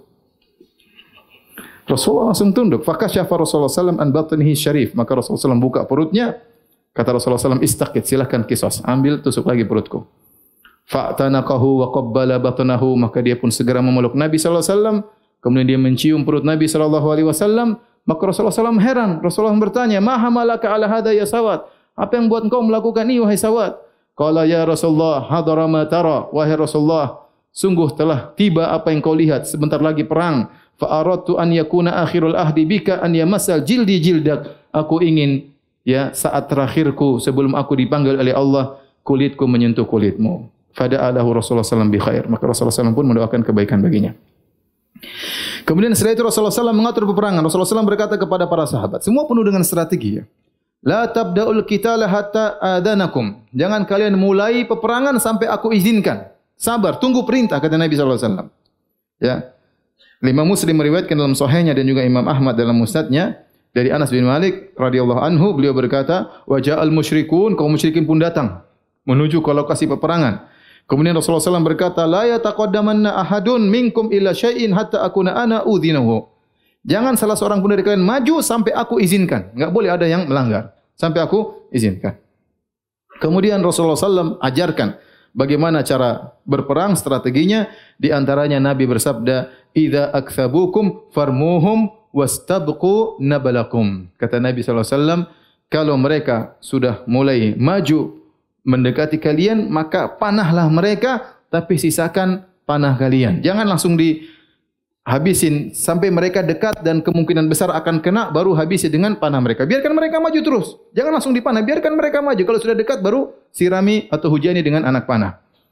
Rasulullah langsung tunduk. Fakasyafa Rasulullah sallallahu alaihi wasallam an batnihi syarif. Maka Rasulullah sallallahu alaihi wasallam buka perutnya. Kata Rasulullah sallallahu alaihi wasallam, "Istaqid, silakan qisas. Ambil, tusuk lagi perutku." Fa'tanaqahu wa qabbala batnahu. Maka dia pun segera memeluk Nabi sallallahu alaihi wasallam. Kemudian dia mencium perut Nabi sallallahu alaihi wasallam. Maka Rasulullah sallallahu alaihi wasallam heran. Rasulullah bertanya, "Ma hamalaka ala hadha ya Sawad?" Apa yang buat engkau melakukan ini wahai Sawad? Qala ya Rasulullah, hadara ma tara. Wahai Rasulullah, sungguh telah tiba apa yang kau lihat, sebentar lagi perang. Fa aradtu an yakuna akhirul ahdi bika an yamassal jildi jildak. Aku ingin ya saat terakhirku sebelum aku dipanggil oleh Allah, kulitku menyentuh kulitmu. Fada'alahu Rasulullah sallallahu alaihi wasallam bi khair. Maka Rasulullah sallallahu alaihi wasallam pun mendoakan kebaikan baginya. Kemudian setelah itu Rasulullah sallallahu alaihi wasallam mengatur peperangan. Rasulullah sallallahu alaihi wasallam berkata kepada para sahabat, semua penuh dengan strategi ya. La tabda'ul qitala hatta adanakum. Jangan kalian mulai peperangan sampai aku izinkan. Sabar, tunggu perintah, kata Nabi sallallahu alaihi wasallam. Ya. Imam Muslim meriwayatkan dalam sahihnya dan juga Imam Ahmad dalam musnadnya dari Anas bin Malik radhiyallahu anhu, beliau berkata, "Wa ja'al musyrikun," kaum musyrikin pun datang menuju ke lokasi peperangan. Kemudian Rasulullah sallallahu alaihi wasallam berkata, "La yataqaddamanna ahadun minkum illa syai'in hatta akuna ana udhinahu." Jangan salah seorang pun dari kalian maju sampai aku izinkan. Enggak boleh ada yang melanggar sampai aku izinkan. Kemudian Rasulullah sallallahu alaihi wasallam ajarkan bagaimana cara berperang, strateginya. Di antaranya Nabi bersabda, "Idza aktsabukum farmuhum wastabqu nabalakum." Kata Nabi sallallahu alaihi wasallam, kalau mereka sudah mulai maju mendekati kalian, maka panahlah mereka, tapi sisakan panah kalian. Jangan langsung di habisin sampai mereka dekat dan kemungkinan besar akan kena, baru habisi dengan panah mereka. Biarkan mereka maju terus. Jangan langsung dipanah, biarkan mereka maju. Kalau sudah dekat baru sirami atau hujani dengan anak panah.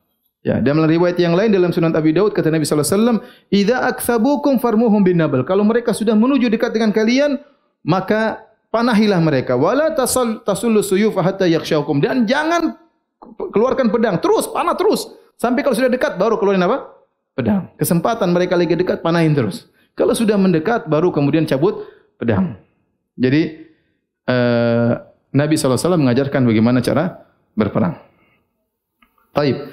Ya, dalam riwayat yang lain dalam Sunan Abi Daud kata Nabi sallallahu alaihi wasallam, "Idza aktsabukum farmuhum bin nabal." Kalau mereka sudah menuju dekat dengan kalian, maka panahilah mereka. Wala tasal tasullu suyuf hatta yakhshawkum. Dan jangan keluarkan pedang, terus panah terus. Sampai kalau sudah dekat baru keluarin apa? Pedang. Kesempatan mereka lagi dekat panahin terus. Kalau sudah mendekat baru kemudian cabut pedang. Jadi uh, Nabi sallallahu alaihi wasallam mengajarkan bagaimana cara berperang. Baik.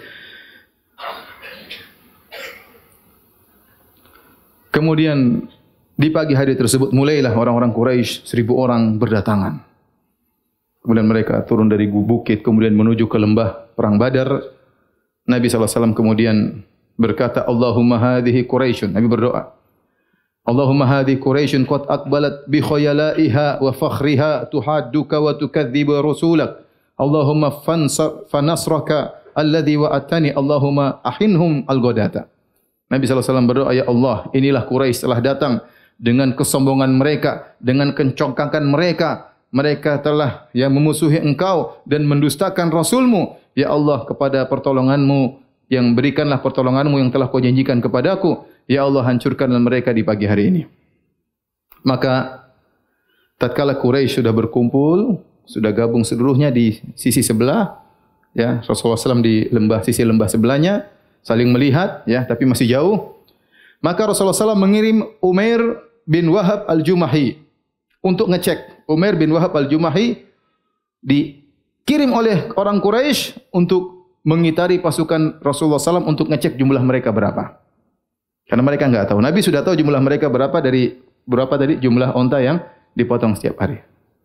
Kemudian di pagi hari tersebut mulailah orang-orang Quraisy seribu orang berdatangan. Kemudian mereka turun dari bukit kemudian menuju ke lembah perang Badar. Nabi sallallahu alaihi wasallam kemudian berkata, Allahumma hadhihi Quraisyun. Nabi berdoa. Allahumma hadhihi Quraisyun qad aqbalat bi khayalaiha wa fakhriha tuhadduka wa tukadzibu rasulak. Allahumma fanasraka alladhi wa'atani Allahumma ahinhum al-ghadata. Nabi sallallahu alaihi wasallam berdoa, ya Allah, inilah Quraisy telah datang dengan kesombongan mereka, dengan kencongkakan mereka. Mereka telah yang memusuhi engkau dan mendustakan Rasulmu. Ya Allah, kepada pertolonganmu, yang berikanlah pertolonganmu yang telah kau janjikan kepadaku. Ya Allah, hancurkanlah mereka di pagi hari ini. Maka, tatkala Quraisy sudah berkumpul, sudah gabung seluruhnya di sisi sebelah, ya, Rasulullah sallallahu alaihi wasallam di lembah, sisi lembah sebelahnya, saling melihat, ya, tapi masih jauh. Maka Rasulullah sallallahu alaihi wasallam mengirim Umair bin Wahab al-Jumahi untuk ngecek. Umair bin Wahab al-Jumahi dikirim oleh orang Quraisy untuk mengitari pasukan Rasulullah sallallahu alaihi wasallam untuk ngecek jumlah mereka berapa. Karena mereka enggak tahu. Nabi sudah tahu jumlah mereka berapa dari berapa tadi jumlah onta yang dipotong setiap hari.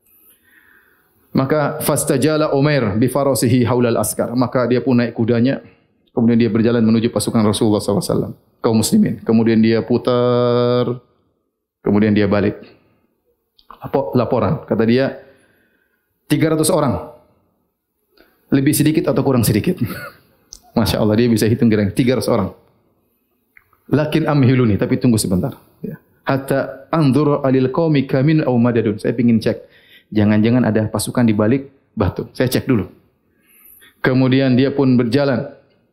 Maka fastajala Umair bi farasihi haulal askar. Maka dia pun naik kudanya. Kemudian dia berjalan menuju pasukan Rasulullah sallallahu alaihi wasallam, kaum muslimin. Kemudian dia putar, kemudian dia balik. Laporan, kata dia, tiga ratus orang. Lebih sedikit atau kurang sedikit? Masya Allah, dia bisa hitung kira-kira tiga ratus orang. Lakin amhiluni, tapi tunggu sebentar. Hatta anzur alil qaumi kamin aw madadun. Saya ingin cek, jangan-jangan ada pasukan di balik batu. Saya cek dulu. Kemudian dia pun berjalan.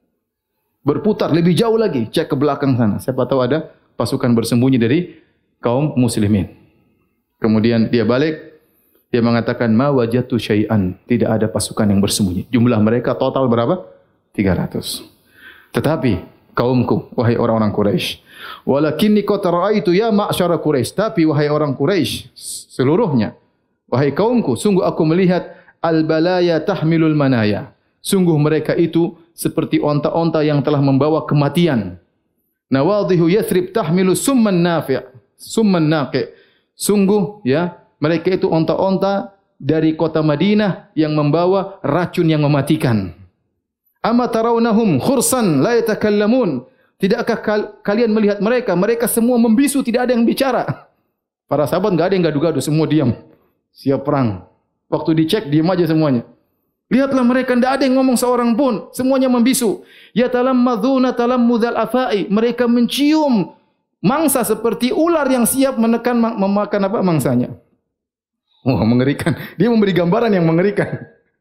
Berputar lebih jauh lagi, cek ke belakang sana. Siapa tahu ada pasukan bersembunyi dari kaum muslimin. Kemudian dia balik, dia mengatakan, ma wajatu syai'an. Tidak ada pasukan yang bersembunyi. Jumlah mereka total berapa? tiga ratus. Tetapi, kaumku, wahai orang-orang Quraisy, walakinni qad ra'aitu ya ma'syara Quraisy. Tapi, wahai orang Quraisy, seluruhnya, wahai kaumku, sungguh aku melihat al-balaya tahmilul manaya. Sungguh mereka itu seperti onta-onta yang telah membawa kematian. Nawadhihu Yathrib tahmilu summan nafi', summan naqi'. Sungguh ya, mereka itu onta-onta dari kota Madinah yang membawa racun yang mematikan. Ama tarawnahum khursan la yatakallamun. Tidakkah kal kalian melihat mereka? Mereka semua membisu, tidak ada yang bicara. Para sahabat enggak ada yang gaduh-gaduh, semua diam. Siap perang. Waktu dicek diam aja semuanya. Lihatlah mereka, tidak ada yang ngomong seorang pun. Semuanya membisu. Ya talammadzuna talammudal afai. Mereka mencium mangsa seperti ular yang siap menekan memakan apa mangsanya. Wah, oh, mengerikan. Dia memberi gambaran yang mengerikan.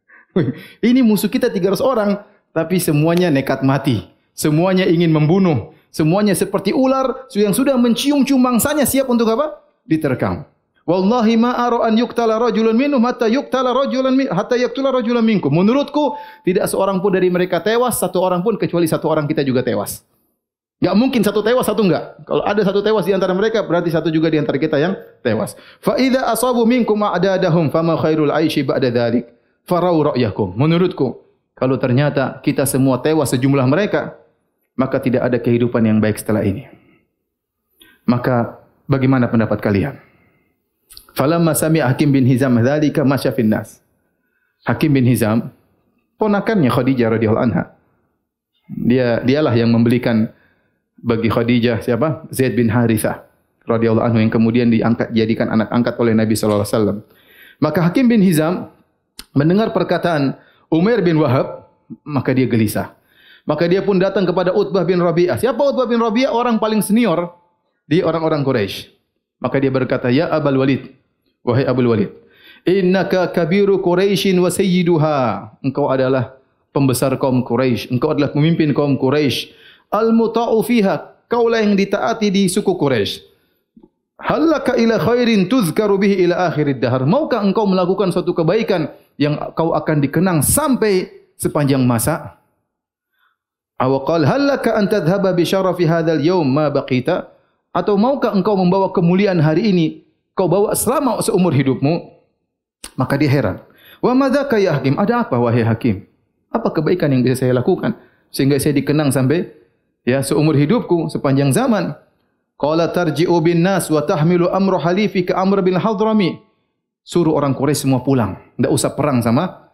Ini musuh kita tiga ratus orang, tapi semuanya nekat mati. Semuanya ingin membunuh. Semuanya seperti ular yang sudah mencium-cium mangsanya siap untuk apa? Diterkam. Wallahi ma ara an yuqtala rajulun minhum hatta yuqtala rajulan min hatta yaqtula rajulan minkum. Menurutku tidak seorang pun dari mereka tewas, satu orang pun kecuali satu orang kita juga tewas. Enggak mungkin satu tewas satu enggak. Kalau ada satu tewas di antara mereka berarti satu juga di antara kita yang tewas. Fa idza asabu minkum a'dadahum fama khairul aishi ba'da dzalik. Farau ra'yakum. Menurutku kalau ternyata kita semua tewas sejumlah mereka, maka tidak ada kehidupan yang baik setelah ini. Maka bagaimana pendapat kalian? Falamma sami'a Hakim bin Hizam dzalika masya fin nas. Hakim bin Hizam ponakannya Khadijah radhiyallahu anha. Dia dialah yang membelikan bagi Khadijah siapa? Zaid bin Harithah radhiyallahu anhu yang kemudian diangkat jadikan anak angkat oleh Nabi sallallahu alaihi wasallam. Maka Hakim bin Hizam mendengar perkataan Umair bin Wahab, maka dia gelisah. Maka dia pun datang kepada Utbah bin Rabi'ah. Siapa Utbah bin Rabi'ah? Orang paling senior di orang-orang Quraisy. Maka dia berkata, "Ya Abul Walid, wahai Abul Walid, innaka kabiru Quraisyin wa sayyiduha." Engkau adalah pembesar kaum Quraisy, engkau adalah pemimpin kaum Quraisy. Al-muta'u fiha, kaulah yang ditaati di suku Quraisy. Hallaka ila khairin tuzkaru bihi ila akhirid dahar. Maukah engkau melakukan suatu kebaikan yang kau akan dikenang sampai sepanjang masa? Aw qala hallaka an tadhhaba bi syarafi hadzal yaum ma baqita? Atau maukah engkau membawa kemuliaan hari ini kau bawa selama seumur hidupmu? Maka dia heran. Wa madzaka ya hakim? Ada apa wahai hakim? Apa kebaikan yang bisa saya lakukan sehingga saya dikenang sampai ya seumur hidupku sepanjang zaman? Qala tarji'u bin nas wa tahmilu amru halifika Amr bin Hadrami. Suruh orang Quraisy semua pulang, enggak usah perang sama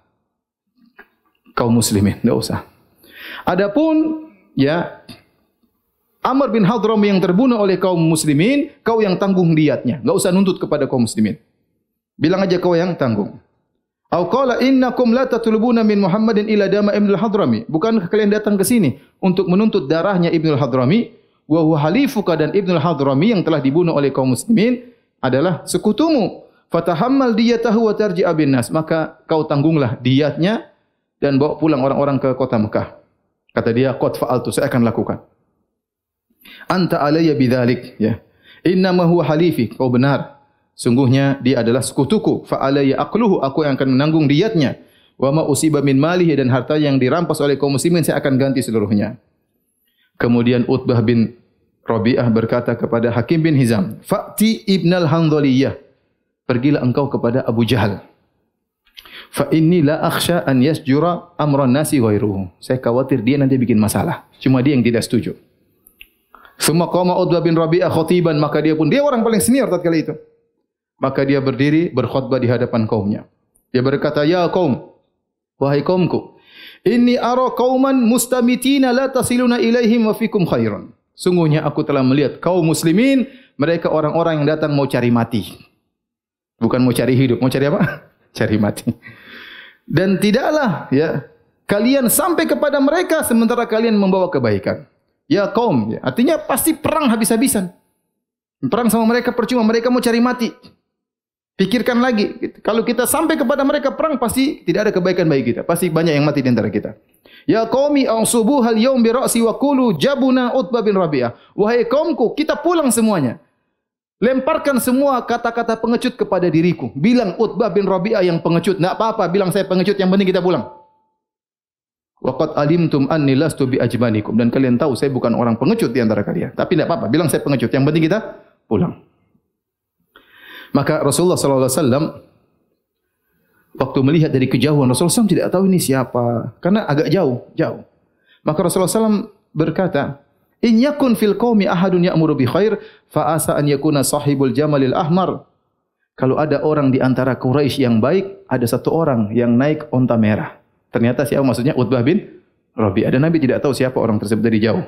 kaum muslimin, enggak usah. Adapun ya Amr bin Hadrami yang terbunuh oleh kaum muslimin, kau yang tanggung diyatnya. Enggak usah nuntut kepada kaum muslimin. Bilang aja kau yang tanggung. Au qala innakum la tatlubuna min Muhammadin ila dama Ibnu Hadrami. Bukankah kalian datang ke sini untuk menuntut darahnya Ibnu Hadrami? Wa huwa halifuka, dan Ibnu Hadrami yang telah dibunuh oleh kaum muslimin adalah sekutumu. Fatahammal diyatahu wa tarji'a bin nas. Maka kau tanggunglah diyatnya dan bawa pulang orang-orang ke kota Mekah. Kata dia, qad fa'altu, saya akan lakukan. Anta alayya bidzalik, ya. Innama huwa halifi, kau benar. Sungguhnya dia adalah sekutuku. Fa alayya aqluhu, aku yang akan menanggung diyatnya. Wa ma usiba min malihi, dan harta yang dirampas oleh kaum muslimin saya akan ganti seluruhnya. Kemudian Utbah bin Rabi'ah berkata kepada Hakim bin Hizam, "Fa'ti ibnal Handhaliyah." Pergilah engkau kepada Abu Jahal. Fa inni la akhsha an yasjura amran nasi ghairuhu. Saya khawatir dia nanti bikin masalah. Cuma dia yang tidak setuju. Summa qama Utbah bin Rabi'ah khatiban, maka dia pun dia orang paling senior tatkala itu. Maka dia berdiri berkhutbah di hadapan kaumnya. Dia berkata, "Ya kaum, wahai kaumku, inni ara qauman mustamitina la tasiluna ilaihim wa fikum khairun." Sungguhnya aku telah melihat kaum muslimin, mereka orang-orang yang datang mau cari mati. Bukan mau cari hidup, mau cari apa? Cari mati. Dan tidaklah ya kalian sampai kepada mereka sementara kalian membawa kebaikan. Ya kaum, ya, artinya pasti perang habis-habisan. Perang sama mereka percuma, mereka mau cari mati. Pikirkan lagi, kalau kita sampai kepada mereka perang pasti tidak ada kebaikan bagi kita. Pasti banyak yang mati di antara kita. Ya qaumi ansubuhal yaum bi ra'si wa qulu jabuna Utbah bin Rabi'ah. Wahai kaumku, kita pulang semuanya. Lemparkan semua kata-kata pengecut kepada diriku. Bilang Utbah bin Rabi'ah yang pengecut. Enggak apa-apa, bilang saya pengecut, yang penting kita pulang. Waqad alimtum anni lastu bi ajbanikum, dan kalian tahu saya bukan orang pengecut di antara kalian. Tapi enggak apa-apa, bilang saya pengecut, yang penting kita pulang. Maka Rasulullah sallallahu alaihi wasallam waktu melihat dari kejauhan, Rasulullah sallallahu alaihi wasallam tidak tahu ini siapa karena agak jauh, jauh. Maka Rasulullah sallallahu alaihi wasallam berkata, "In yakun fil qaumi ahadun ya'muru bi khair fa asa an yakuna sahibul jamalil ahmar." Kalau ada orang di antara Quraisy yang baik, ada satu orang yang naik onta merah. Ternyata siapa maksudnya? Utbah bin Rabi'ah. Dan Nabi tidak tahu siapa orang tersebut dari jauh.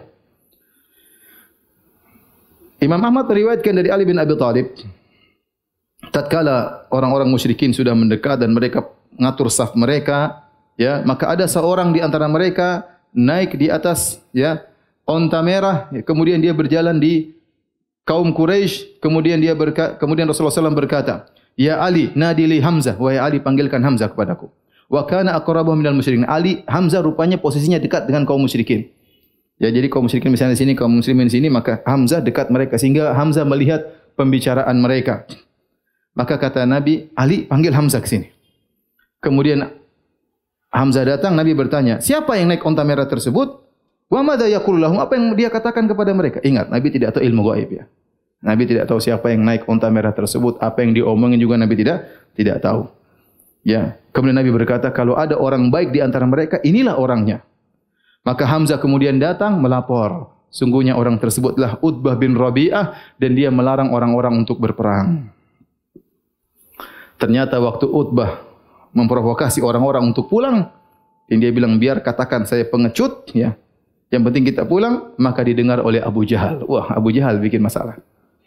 Imam Ahmad meriwayatkan dari Ali bin Abi Thalib, tatkala orang-orang musyrikin sudah mendekat dan mereka mengatur saf mereka, ya, maka ada seorang di antara mereka naik di atas ya onta merah, ya, kemudian dia berjalan di kaum Quraisy, kemudian dia berkata, kemudian Rasulullah sallallahu alaihi wasallam berkata, "Ya Ali, nadili Hamzah, wahai Ali, panggilkan Hamzah kepadaku." Wa kana aqrabu minal musyrikin. Ali, Hamzah rupanya posisinya dekat dengan kaum musyrikin. Ya, jadi kaum musyrikin misalnya di sini, kaum muslimin di sini, maka Hamzah dekat mereka sehingga Hamzah melihat pembicaraan mereka. Maka kata Nabi, "Ali, panggil Hamzah ke sini." Kemudian Hamzah datang, Nabi bertanya, "Siapa yang naik onta merah tersebut?" Wa madza yaqulu lahum? Apa yang dia katakan kepada mereka? Ingat, Nabi tidak tahu ilmu gaib ya. Nabi tidak tahu siapa yang naik onta merah tersebut, apa yang diomongin juga Nabi tidak tidak tahu. Ya, kemudian Nabi berkata, kalau ada orang baik di antara mereka, inilah orangnya. Maka Hamzah kemudian datang melapor. Sungguhnya orang tersebutlah Utbah bin Rabi'ah dan dia melarang orang-orang untuk berperang. Ternyata waktu Utbah memprovokasi orang-orang untuk pulang, dan dia bilang, biar katakan saya pengecut, ya. Yang penting kita pulang, maka didengar oleh Abu Jahal. Wah, Abu Jahal bikin masalah.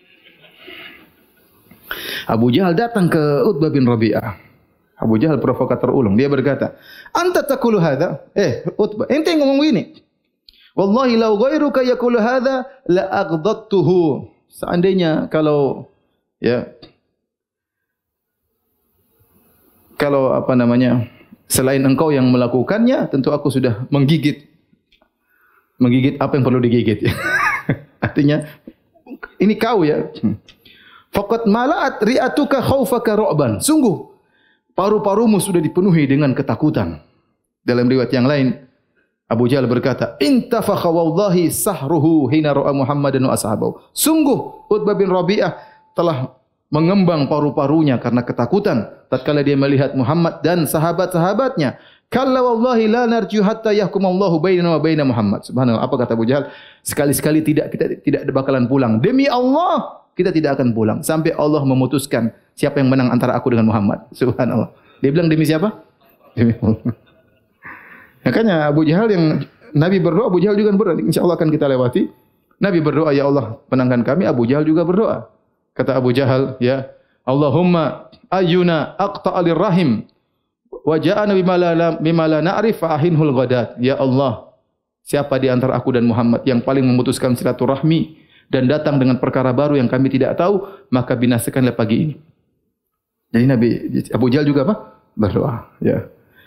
Abu Jahal datang ke Utbah bin Rabi'ah. Abu Jahal provokator ulung. Dia berkata, "Anta taqulu hadza?" Eh, Utbah, ente ngomong begini. "Wallahi law ghairuka yaqulu hadza la aghdadtuhu." Seandainya kalau ya kalau apa namanya? Selain engkau yang melakukannya, tentu aku sudah menggigit menggigit apa yang perlu digigit. Artinya ini kau ya. Faqad mala'at ri'atuka khaufaka ru'ban. Sungguh paru-parumu sudah dipenuhi dengan ketakutan. Dalam riwayat yang lain, Abu Jahal berkata, "Intafakha wallahi sahruhu hina ra'a Muhammadan wa ashabahu." Sungguh Utbah bin Rabi'ah telah mengembang paru-parunya karena ketakutan tatkala dia melihat Muhammad dan sahabat-sahabatnya. Kalla wallahi la narju hatta yahkumallahu bainana wa baina Muhammad. Subhanallah, apa kata Abu Jahal? Sekali-sekali tidak kita tidak bakalan pulang. Demi Allah, kita tidak akan pulang sampai Allah memutuskan siapa yang menang antara aku dengan Muhammad. Subhanallah. Dia bilang demi siapa? Demi Allah. Makanya Abu Jahal yang Nabi berdoa, Abu Jahal juga berdoa. Insyaallah akan kita lewati. Nabi berdoa, ya Allah menangkan kami. Abu Jahal juga berdoa. Kata Abu Jahal, ya Allahumma ayyuna aqta'alir rahim wa ja'ana bima la bima la na'rif fa ahinhul ghadat. Ya Allah, siapa di antara aku dan Muhammad yang paling memutuskan silaturahmi dan datang dengan perkara baru yang kami tidak tahu, maka binasakanlah pagi ini. Jadi Nabi Abu Jahal juga apa? Berdoa, ya.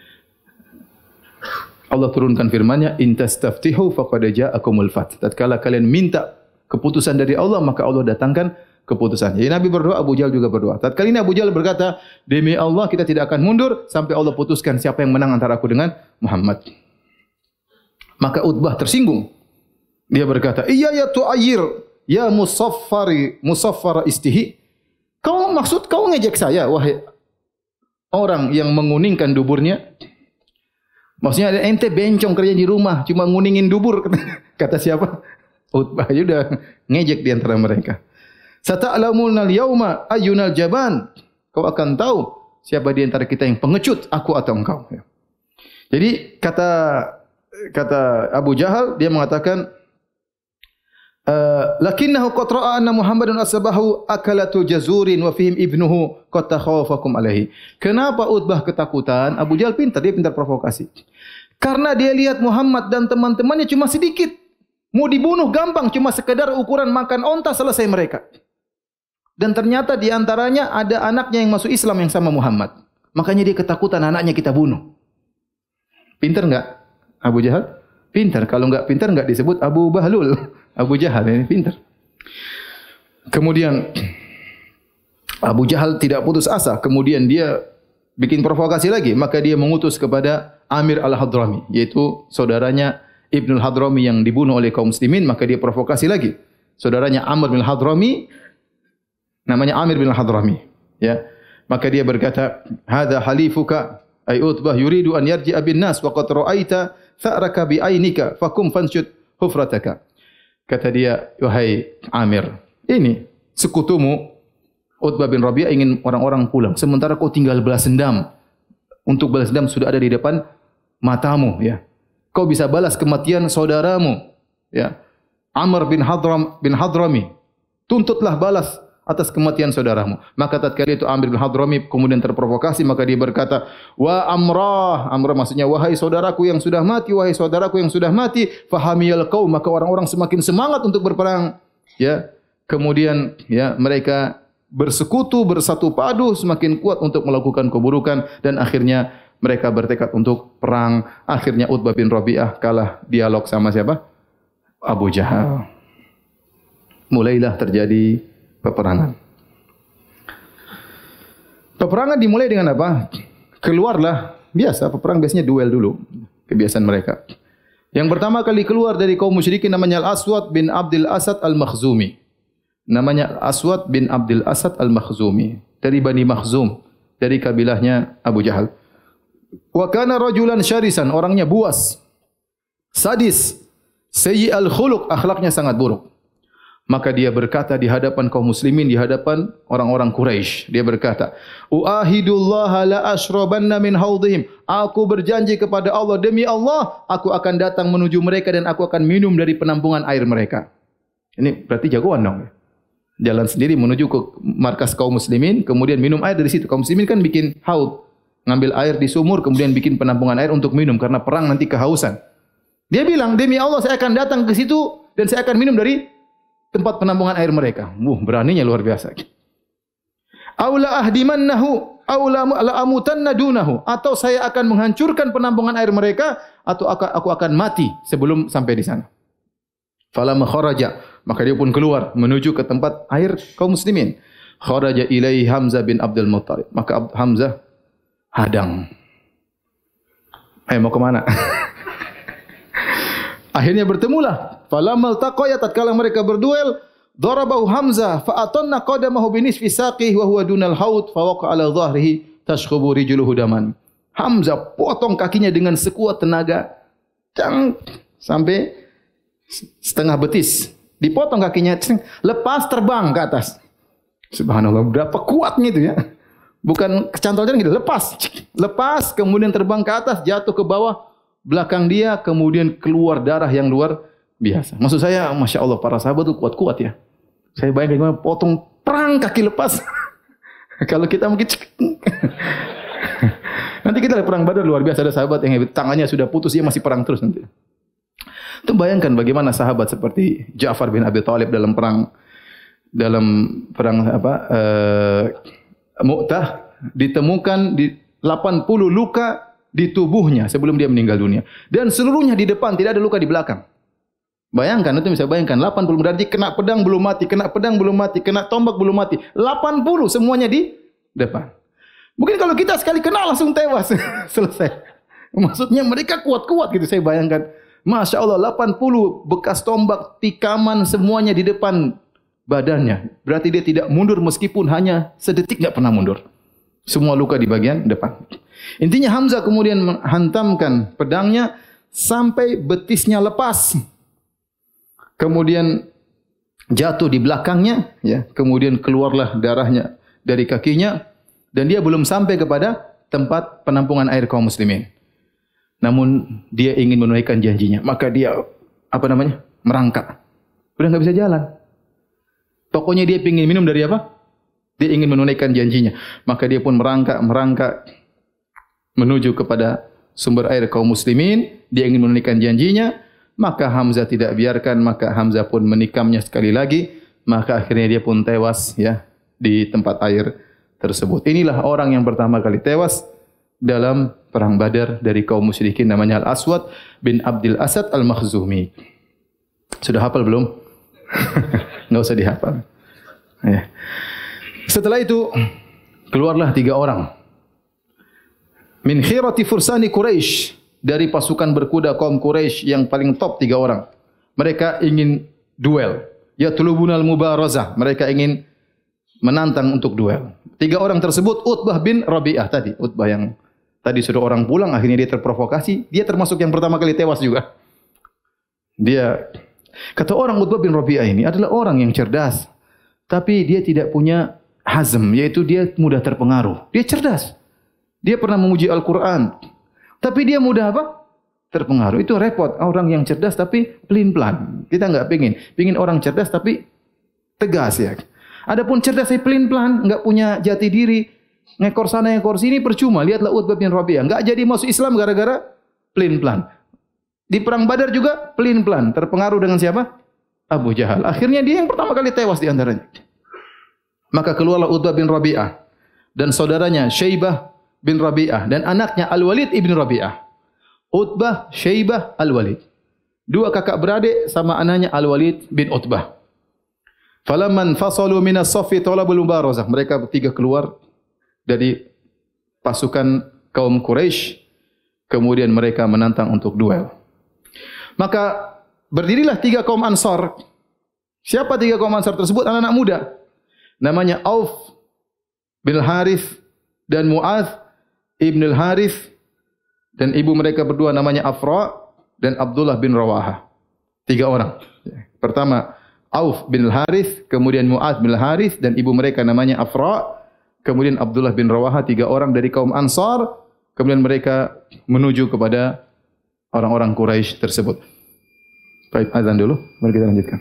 Allah turunkan firman-Nya, "In tastaftihu faqad ja'akumul fath." Tatkala kalian minta keputusan dari Allah, maka Allah datangkan keputusan. Jadi Nabi berdoa, Abu Jahal juga berdoa. Tatkala ini Abu Jahal berkata, "Demi Allah kita tidak akan mundur sampai Allah putuskan siapa yang menang antara aku dengan Muhammad." Maka Utbah tersinggung. Dia berkata, "Iya ya tu'ayyir, ya musaffari, musaffara istihi." Kau maksud kau ngejek saya, wahai orang yang menguningkan duburnya? Maksudnya ada ente bencong kerja di rumah, cuma nguningin dubur. Kata siapa? Utbah sudah ngejek di antara mereka. Sata'lamuna al-yauma ayyunal jaban. Kau akan tahu siapa di antara kita yang pengecut, aku atau engkau. Jadi kata kata Abu Jahal, dia mengatakan, lakinnahu qad ra'a anna Muhammadan asbahu akalatu jazurin wa fihim ibnuhu qad takhawafakum alaihi. Kenapa Utbah ketakutan? Abu Jahal pintar, dia pintar provokasi. Karena dia lihat Muhammad dan teman-temannya cuma sedikit. Mau dibunuh gampang, cuma sekedar ukuran makan onta selesai mereka. Dan ternyata di antaranya ada anaknya yang masuk Islam yang sama Muhammad. Makanya dia ketakutan anaknya kita bunuh. Pintar enggak Abu Jahal? Pintar. Kalau enggak pintar enggak disebut Abu Bahlul. Abu Jahal ini pintar. Kemudian Abu Jahal tidak putus asa. Kemudian dia bikin provokasi lagi. Maka dia mengutus kepada Amir al-Hadrami, yaitu saudaranya Ibnul Hadrami yang dibunuh oleh kaum muslimin. Maka dia provokasi lagi. Saudaranya Amr bin Hadrami, namanya Amir bin Hadrami, ya. Maka dia berkata, "Hadza halifuka ay Utbah yuridu an yarji'a bin nas wa qad ra'aita tha'raka bi ainika fakum fanshud hufrataka." Kata dia, "Wahai Amir, ini sekutumu Utbah bin Rabi'ah ingin orang-orang pulang, sementara kau tinggal balas dendam. Untuk balas dendam sudah ada di depan matamu, ya. Kau bisa balas kematian saudaramu, ya. Amr bin Hadram bin Hadrami, tuntutlah balas atas kematian saudaramu." Maka tatkala itu Amr bin Hadrami kemudian terprovokasi, maka dia berkata, "Wa Amrah." Amrah maksudnya wahai saudaraku yang sudah mati, wahai saudaraku yang sudah mati, fahamiyal qaum, maka orang-orang semakin semangat untuk berperang, ya. Kemudian ya mereka bersekutu, bersatu padu, semakin kuat untuk melakukan keburukan dan akhirnya mereka bertekad untuk perang. Akhirnya Utbah bin Rabi'ah kalah dialog sama siapa? Abu Jahal. Mulailah terjadi peperangan. Peperangan dimulai dengan apa? Keluarlah, biasa peperang biasanya duel dulu, kebiasaan mereka. Yang pertama kali keluar dari kaum musyrikin namanya Al-Aswad bin Abdul Asad Al-Makhzumi. Namanya Aswad bin Abdul Asad Al-Makhzumi, dari Bani Makhzum, dari kabilahnya Abu Jahal. Wa kana rajulan syarisan, orangnya buas, sadis, sayyi al-khuluq, akhlaknya sangat buruk. Maka dia berkata di hadapan kaum muslimin, di hadapan orang-orang Quraisy, dia berkata, "Uahidullah la ashrabanna min haudihim." Aku berjanji kepada Allah, demi Allah, aku akan datang menuju mereka dan aku akan minum dari penampungan air mereka. Ini berarti jagoan dong. Jalan sendiri menuju ke markas kaum muslimin, kemudian minum air dari situ. Kaum muslimin kan bikin haud, ngambil air di sumur, kemudian bikin penampungan air untuk minum karena perang nanti kehausan. Dia bilang, demi Allah saya akan datang ke situ dan saya akan minum dari tempat penampungan air mereka. Wuh, beraninya luar biasa. Aula ahdimannahu, aw la amutanna dunahu, atau saya akan menghancurkan penampungan air mereka, atau aku akan mati sebelum sampai di sana. Falamma kharaja, maka dia pun keluar menuju ke tempat air kaum muslimin. Kharaja ilaihi Hamzah bin Abdul Muttalib, maka Hamzah hadang. Eh, mau ke mana? Akhirnya bertemulah. Falamma altaqaya, tatkala mereka berduel, darabahu Hamzah fa atanna qadamahu bi nisfi saqihi wa huwa dunal haud fa waqa ala dhahrihi tashkhubu rijluhu daman. Hamzah potong kakinya dengan sekuat tenaga, cang, sampai setengah betis. Dipotong kakinya, cang, lepas terbang ke atas. Subhanallah, berapa kuatnya itu ya. Bukan kecantolnya gitu, lepas. Lepas kemudian terbang ke atas, jatuh ke bawah belakang dia, kemudian keluar darah yang luar biasa. Maksud saya, Masya Allah, para sahabat itu kuat-kuat ya. Saya bayangkan gimana potong perang kaki lepas. Kalau kita mungkin nanti kita lihat perang Badar luar biasa, ada sahabat yang tangannya sudah putus, dia masih perang terus nanti. Itu bayangkan bagaimana sahabat seperti Ja'far bin Abi Thalib dalam perang dalam perang apa uh, Mu'tah, ditemukan di delapan puluh luka di tubuhnya sebelum dia meninggal dunia, dan seluruhnya di depan, tidak ada luka di belakang. Bayangkan, itu bisa bayangkan, delapan puluh berarti kena pedang belum mati, kena pedang belum mati, kena tombak belum mati. delapan puluh semuanya di depan. Mungkin kalau kita sekali kena langsung tewas. Selesai. Maksudnya mereka kuat-kuat gitu, saya bayangkan. Masya Allah, delapan puluh bekas tombak, tikaman, semuanya di depan badannya. Berarti dia tidak mundur meskipun hanya sedetik, tidak pernah mundur. Semua luka di bagian depan. Intinya Hamzah kemudian menghantamkan pedangnya sampai betisnya lepas. Kemudian jatuh di belakangnya, ya. Kemudian keluarlah darahnya dari kakinya, dan dia belum sampai kepada tempat penampungan air kaum muslimin. Namun dia ingin menunaikan janjinya, maka dia apa namanya? merangkak. Udah nggak bisa jalan. Pokoknya dia ingin minum dari apa? Dia ingin menunaikan janjinya, maka dia pun merangkak, merangkak menuju kepada sumber air kaum muslimin. Dia ingin menunaikan janjinya. Maka Hamzah tidak biarkan, maka Hamzah pun menikamnya sekali lagi, maka akhirnya dia pun tewas ya di tempat air tersebut. Inilah orang yang pertama kali tewas dalam perang Badar dari kaum musyrikin, namanya Al-Aswad bin Abdul Asad Al-Makhzumi. Sudah hafal belum? Enggak usah dihafal. Ya. Setelah itu keluarlah tiga orang min khirati fursani Quraisy, dari pasukan berkuda kaum Quraisy yang paling top, tiga orang. Mereka ingin duel. Yatlubunal mubarazah. Mereka ingin menantang untuk duel. Tiga orang tersebut Utbah bin Rabi'ah tadi. Utbah yang tadi sudah orang pulang, akhirnya dia terprovokasi. Dia termasuk yang pertama kali tewas juga. Dia, kata orang Utbah bin Rabi'ah ini adalah orang yang cerdas. Tapi dia tidak punya hazm, yaitu dia mudah terpengaruh. Dia cerdas. Dia pernah menguji Al-Quran. Tapi dia mudah apa? Terpengaruh. Itu repot. Orang yang cerdas tapi pelin-pelan. Kita enggak pengin. Pengin orang cerdas tapi tegas ya. Adapun cerdas tapi pelin-pelan, enggak punya jati diri, ngekor sana ngekor sini, percuma. Lihatlah Utbah bin Rabi'ah. Enggak jadi masuk Islam gara-gara pelin-pelan. Di perang Badar juga pelin-pelan. Terpengaruh dengan siapa? Abu Jahal. Akhirnya dia yang pertama kali tewas di antaranya. Maka keluarlah Utbah bin Rabi'ah dan saudaranya Syaibah bin Rabi'ah dan anaknya Al-Walid ibn Rabi'ah. Utbah, Syaibah, Al-Walid. Dua kakak beradik sama anaknya Al-Walid bin Utbah. Falamman fasalu minas saffi talabul mubarazah. Mereka bertiga keluar dari pasukan kaum Quraisy, kemudian mereka menantang untuk duel. Maka berdirilah tiga kaum Ansar. Siapa tiga kaum Ansar tersebut? Anak-anak muda. Namanya Auf bin Harith dan Mu'adz Ibn al-Harith, dan ibu mereka berdua namanya Afra dan Abdullah bin Rawahah. Tiga orang. Pertama Auf bin al-Harith, kemudian Mu'adz bin al-Harith, dan ibu mereka namanya Afra, kemudian Abdullah bin Rawahah. Tiga orang dari kaum Ansar. Kemudian mereka menuju kepada orang-orang Quraisy tersebut. Baik, azan dulu, mari kita lanjutkan.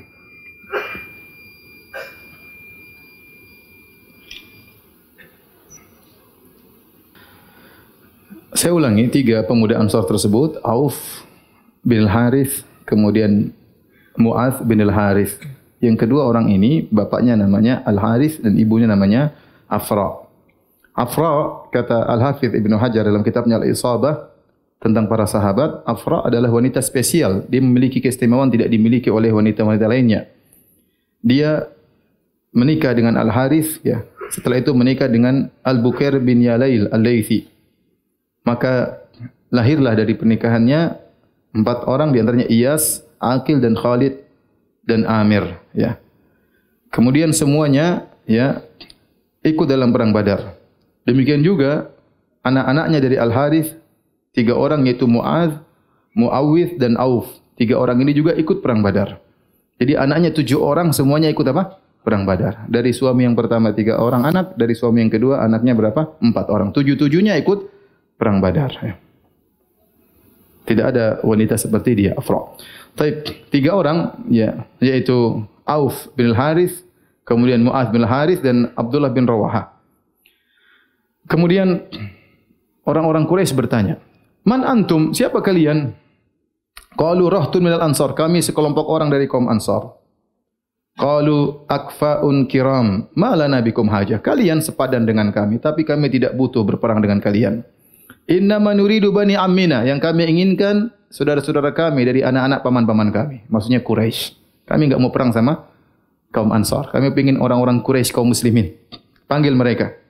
Saya ulangi, tiga pemuda Ansar tersebut, Auf bin Al-Harith, kemudian Mu'adz bin Al-Harith. Yang kedua orang ini, bapaknya namanya Al-Harith dan ibunya namanya Afra. Afra, kata Al-Hafidh Ibnu Hajar dalam kitabnya Al-Isabah tentang para sahabat, Afra adalah wanita spesial. Dia memiliki keistimewaan tidak dimiliki oleh wanita-wanita lainnya. Dia menikah dengan Al-Harith, ya. Setelah itu menikah dengan Al-Bukair bin Yalail Al-Laythi. Maka lahirlah dari pernikahannya empat orang, di antaranya Iyas, Aqil dan Khalid dan Amir, ya. Kemudian semuanya, ya, ikut dalam perang Badar. Demikian juga anak-anaknya dari Al-Harith, tiga orang yaitu Mu'adz, Mu'awwidh dan Auf. Tiga orang ini juga ikut perang Badar. Jadi anaknya tujuh orang semuanya ikut apa? Perang Badar. Dari suami yang pertama tiga orang anak, dari suami yang kedua anaknya berapa? Empat orang. Tujuh-tujuhnya ikut perang Badar. Tidak ada wanita seperti dia, Afra. Taib, tiga orang, ya, yaitu Auf bin Al-Harith, kemudian Mu'adz bin Al-Harith dan Abdullah bin Rawaha. Kemudian orang-orang Quraisy bertanya, "Man antum? Siapa kalian?" Qalu rahtun minal ansar. Kami sekelompok orang dari kaum Ansar. Qalu akfaun kiram. Ma lana bikum hajah. Kalian sepadan dengan kami, tapi kami tidak butuh berperang dengan kalian. Innama nuridu bani ammina. Yang kami inginkan saudara-saudara kami dari anak-anak paman-paman kami. Maksudnya Quraisy. Kami enggak mau perang sama kaum Ansar. Kami ingin orang-orang Quraisy, kaum muslimin. Panggil mereka.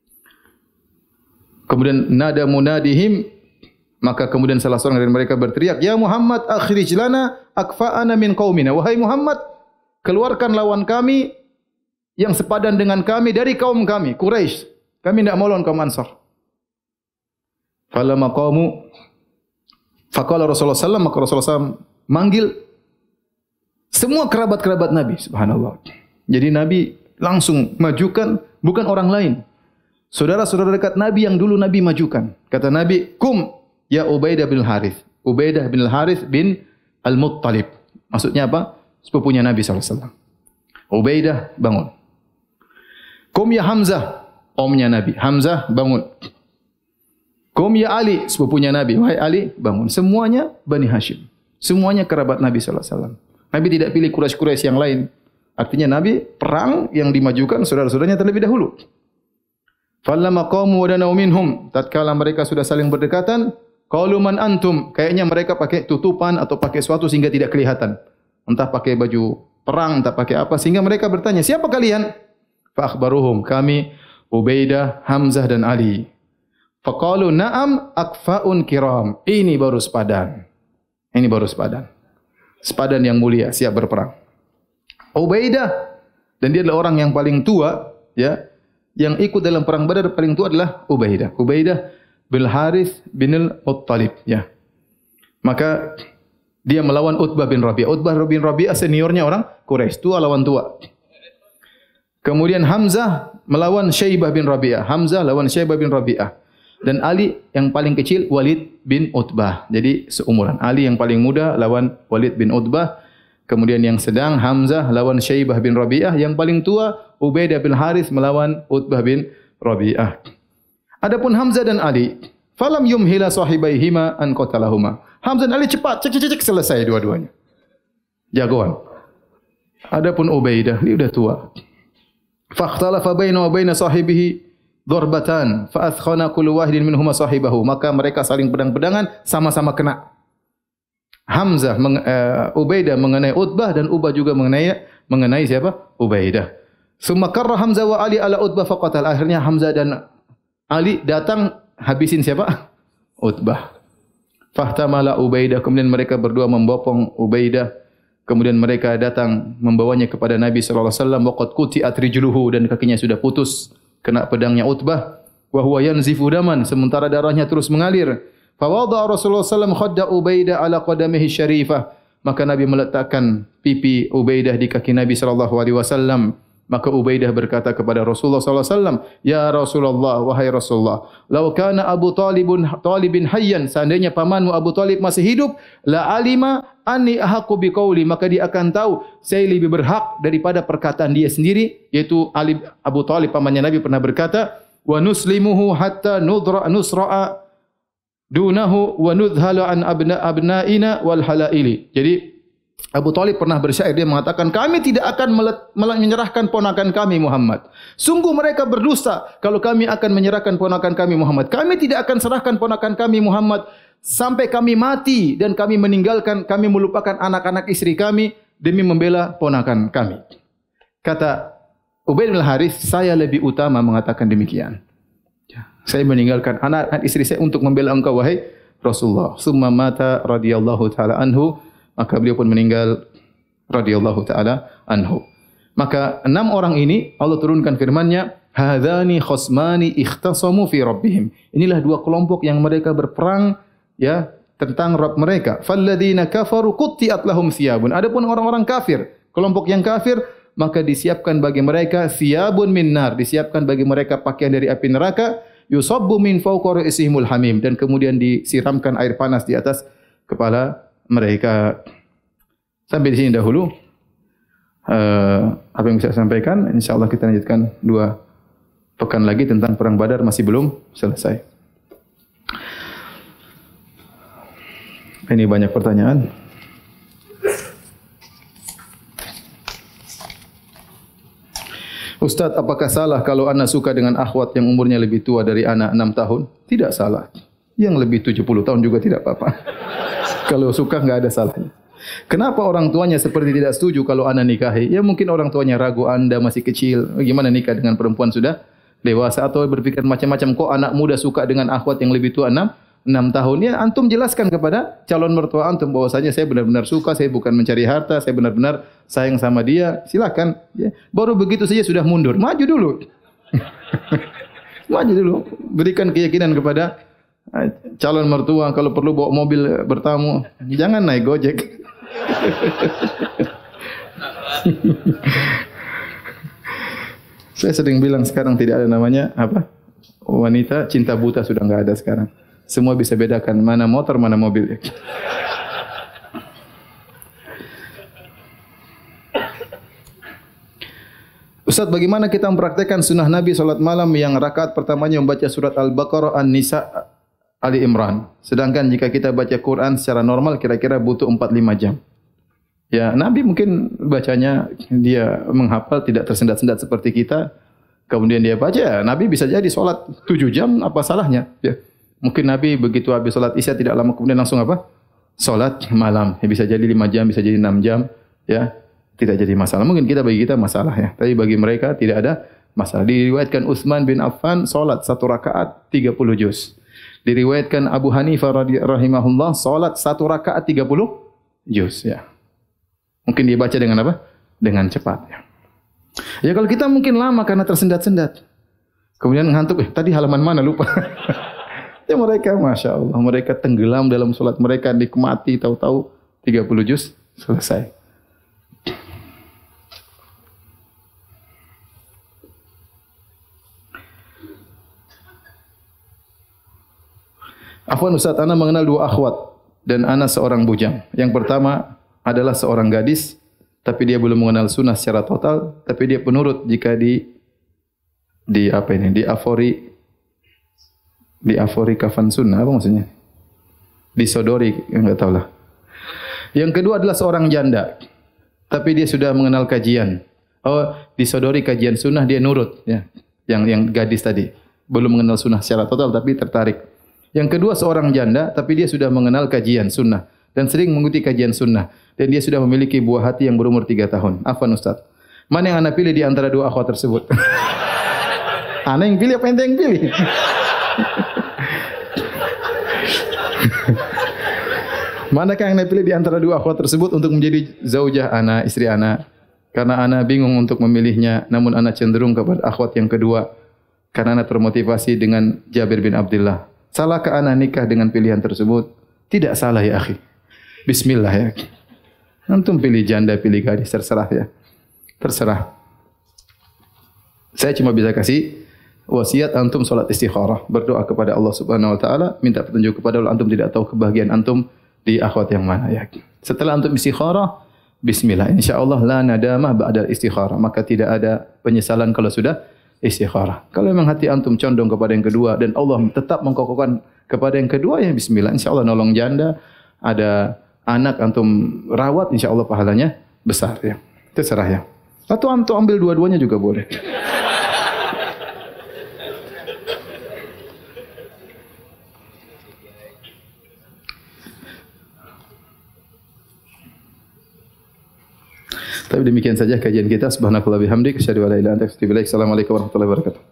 Kemudian nada munadihim, maka kemudian salah seorang dari mereka berteriak, "Ya Muhammad, akhrij lana akfa'ana min qaumina." Wahai Muhammad, keluarkan lawan kami yang sepadan dengan kami dari kaum kami, Quraisy. Kami tidak mau lawan kaum Ansar. Falamma qamu faqala Rasulullah sallallahu alaihi wasallam, maka Rasulullah sallallahu alaihi wasallam manggil semua kerabat-kerabat Nabi, subhanallah. Jadi Nabi langsung majukan bukan orang lain. Saudara-saudara dekat Nabi yang dulu Nabi majukan. Kata Nabi, "Kum ya Ubaidah bin Al-Harith." Ubaidah bin Al-Harith bin Al-Muttalib. Maksudnya apa? Sepupunya Nabi sallallahu alaihi wasallam. Ubaidah, bangun. "Kum ya Hamzah." Omnya Nabi. Hamzah, bangun. "Kum ya Ali." Sepupunya Nabi. Wahai Ali, bangun. Semuanya Bani Hashim. Semuanya kerabat Nabi sallallahu alaihi wasallam. Nabi tidak pilih Quraisy-Quraisy yang lain. Artinya Nabi perang yang dimajukan saudara-saudaranya terlebih dahulu. Falamma qamu wa danau minhum, tatkala mereka sudah saling berdekatan, qalu man antum, kayaknya mereka pakai tutupan atau pakai sesuatu sehingga tidak kelihatan. Entah pakai baju perang, entah pakai apa sehingga mereka bertanya, "Siapa kalian?" Fa akhbaruhum, "Kami Ubaidah, Hamzah dan Ali." Faqalu, "Na'am akfaun kiram." Ini baru sepadan. Ini baru sepadan. Sepadan yang mulia, siap berperang. Ubaidah, dan dia adalah orang yang paling tua, ya. Yang ikut dalam perang Badar paling tua adalah Ubaidah. Ubaidah bin Harith bin Al-Muttalib, ya. Maka dia melawan Utbah bin Rabi'ah. Utbah bin Rabi'ah seniornya orang Quraisy, tua lawan tua. Kemudian Hamzah melawan Syaibah bin Rabi'ah. Hamzah lawan Syaibah bin Rabi'ah. Dan Ali yang paling kecil Walid bin Utbah. Jadi seumuran. Ali yang paling muda lawan Walid bin Utbah. Kemudian yang sedang Hamzah lawan Syaibah bin Rabi'ah, yang paling tua Ubaidah bin Harith melawan Utbah bin Rabi'ah. Adapun Hamzah dan Ali, falam yumhila sahibaihima an qatalahuma. Hamzah dan Ali cepat, cek cek cek selesai dua-duanya. Jagoan. Adapun Ubaidah, dia sudah tua. Fakhtalafa bainahu wa baina sahibihi darbatan, fa athkhana kullu wahidin minhuma sahibahu. Maka mereka saling pedang-pedangan, sama-sama kena. Hamzah meng, uh, Ubaidah mengenai Utbah dan Utbah juga mengenai mengenai siapa? Ubaidah. Summa karra Hamzah wa Ali ala Utbah faqatal. Akhirnya Hamzah dan Ali datang habisin siapa? Utbah. Fahtamala Ubaidah, kemudian mereka berdua membopong Ubaidah. Kemudian mereka datang membawanya kepada Nabi sallallahu alaihi wasallam, waqad quti'at rijluhu, dan kakinya sudah putus kena pedangnya Utbah. Wa huwa yanzifu daman, sementara darahnya terus mengalir. Fawadha Rasulullah sallallahu alaihi wasallam khadda Ubaidah ala qadamihi syarifah. Maka Nabi meletakkan pipi Ubaidah di kaki Nabi sallallahu alaihi wasallam. Maka Ubaidah berkata kepada Rasulullah sallallahu alaihi wasallam, "Ya Rasulullah, wahai Rasulullah, law kana Abu Talibun Talibin hayyan, seandainya pamanmu Abu Talib masih hidup, la alima anni ahaqqu biqauli, maka dia akan tahu saya lebih berhak daripada perkataan dia sendiri." Yaitu Ali Abu Talib pamannya Nabi pernah berkata, "Wa nuslimuhu hatta nudra nusra'a dunahu wa nudhala an abna abnaina wal halaili." Jadi Abu Thalib pernah bersyair, dia mengatakan, kami tidak akan menyerahkan ponakan kami Muhammad. Sungguh mereka berdusta kalau kami akan menyerahkan ponakan kami Muhammad. Kami tidak akan serahkan ponakan kami Muhammad sampai kami mati dan kami meninggalkan, kami melupakan anak-anak istri kami demi membela ponakan kami. Kata Ubaid bin Harith, saya lebih utama mengatakan demikian. Saya meninggalkan anak-anak istri saya untuk membela engkau wahai Rasulullah. Summa mata radhiyallahu taala anhu, maka beliau pun meninggal radhiyallahu taala anhu. Maka enam orang ini Allah turunkan firman-Nya, hadzani khasmani ikhtasamu fi rabbihim. Inilah dua kelompok yang mereka berperang ya tentang Rabb mereka. Falladzina kafaru qutti'at lahum thiyabun. Adapun orang-orang kafir, kelompok yang kafir, maka disiapkan bagi mereka thiyabun min nar, disiapkan bagi mereka pakaian dari api neraka, yusabbu min fawqa ra'sihimul hamim, dan kemudian disiramkan air panas di atas kepala mereka. Sampai di sini dahulu uh, apa yang bisa saya sampaikan. Insyaallah kita lanjutkan dua pekan lagi tentang perang Badar, masih belum selesai. Ini banyak pertanyaan. Ustaz, apakah salah kalau anak suka dengan akhwat yang umurnya lebih tua dari anak enam tahun? Tidak salah. Yang lebih tujuh puluh tahun juga tidak apa-apa. Kalau suka enggak ada salahnya. Kenapa orang tuanya seperti tidak setuju kalau anak nikahi? Ya mungkin orang tuanya ragu, Anda masih kecil. Bagaimana nikah dengan perempuan sudah dewasa, atau berpikir macam-macam, kok anak muda suka dengan akhwat yang lebih tua enam tahun. Ya antum jelaskan kepada calon mertua antum bahwasanya saya benar-benar suka, saya bukan mencari harta, saya benar-benar sayang sama dia. Silakan. Ya. Baru begitu saja sudah mundur. Maju dulu. Maju dulu. Berikan keyakinan kepada calon mertua, kalau perlu bawa mobil bertamu, jangan naik Gojek. Saya sering bilang sekarang tidak ada namanya apa? Wanita cinta buta, sudah enggak ada sekarang. Semua bisa bedakan mana motor, mana mobil. Ustaz, bagaimana kita mempraktekkan sunnah Nabi salat malam yang rakaat pertamanya membaca surat Al-Baqarah, An-Nisa, Ali Imran. Sedangkan jika kita baca Quran secara normal kira-kira butuh empat lima jam. Ya, Nabi mungkin bacanya dia menghafal, tidak tersendat-sendat seperti kita. Kemudian dia baca, Nabi bisa jadi salat tujuh jam, apa salahnya? Ya. Mungkin Nabi begitu habis salat Isya tidak lama kemudian langsung apa? Salat malam. Ya, bisa jadi lima jam, bisa jadi enam jam, ya. Tidak jadi masalah. Mungkin kita bagi kita masalah ya, tapi bagi mereka tidak ada masalah. Diriwayatkan Utsman bin Affan salat satu rakaat tiga puluh juz. Diriwayatkan Abu Hanifah rahimahullah salat satu rakaat tiga puluh juz ya. Mungkin dia baca dengan apa? Dengan cepat ya. Ya kalau kita mungkin lama karena tersendat-sendat. Kemudian ngantuk, eh tadi halaman mana lupa. Ya mereka Masya Allah, mereka tenggelam dalam salat mereka, nikmati, tahu-tahu tiga puluh juz selesai. Afwan Ustaz, ana mengenal dua akhwat dan ana seorang bujang. Yang pertama adalah seorang gadis, tapi dia belum mengenal sunnah secara total, tapi dia penurut jika di di apa ini, di afori di afori kafan sunnah, apa maksudnya? Disodori, enggak tahu lah. Yang kedua adalah seorang janda, tapi dia sudah mengenal kajian. Oh, disodori kajian sunnah, dia nurut ya. Yang yang gadis tadi belum mengenal sunnah secara total tapi tertarik. Yang kedua seorang janda, tapi dia sudah mengenal kajian sunnah dan sering mengikuti kajian sunnah, dan dia sudah memiliki buah hati yang berumur tiga tahun. Afwan Ustaz, mana yang anda pilih di antara dua akhwat tersebut? Anda yang pilih apa ente yang pilih? Manakah yang anda pilih di antara dua akhwat tersebut untuk menjadi zaujah ana, istri ana? Karena ana bingung untuk memilihnya, namun ana cenderung kepada akhwat yang kedua karena ana termotivasi dengan Jabir bin Abdullah. Salahkah ana nikah dengan pilihan tersebut? Tidak salah ya akhi. Bismillah ya. Antum pilih janda, pilih gadis, terserah ya. Terserah. Saya cuma bisa kasih wasiat antum salat istikharah, berdoa kepada Allah Subhanahu wa taala, minta petunjuk kepada Allah. Antum tidak tahu kebahagiaan antum di akhwat yang mana ya. Setelah antum istikharah, bismillah, insyaallah la nadamah ba'da istikharah, maka tidak ada penyesalan kalau sudah istikharah. Kalau memang hati antum condong kepada yang kedua dan Allah tetap mengkokohkan kepada yang kedua, ya bismillah, insyaallah nolong janda, ada anak antum rawat, insya Allah pahalanya besar ya. Terserah ya. Atau antum ambil dua-duanya juga boleh. Tapi demikian saja kajian kita. Subhanakallah bihamdik, asyhadu an la ilaha illa anta astaghfiruka wa atubu ilaik. Assalamualaikum warahmatullahi wabarakatuh.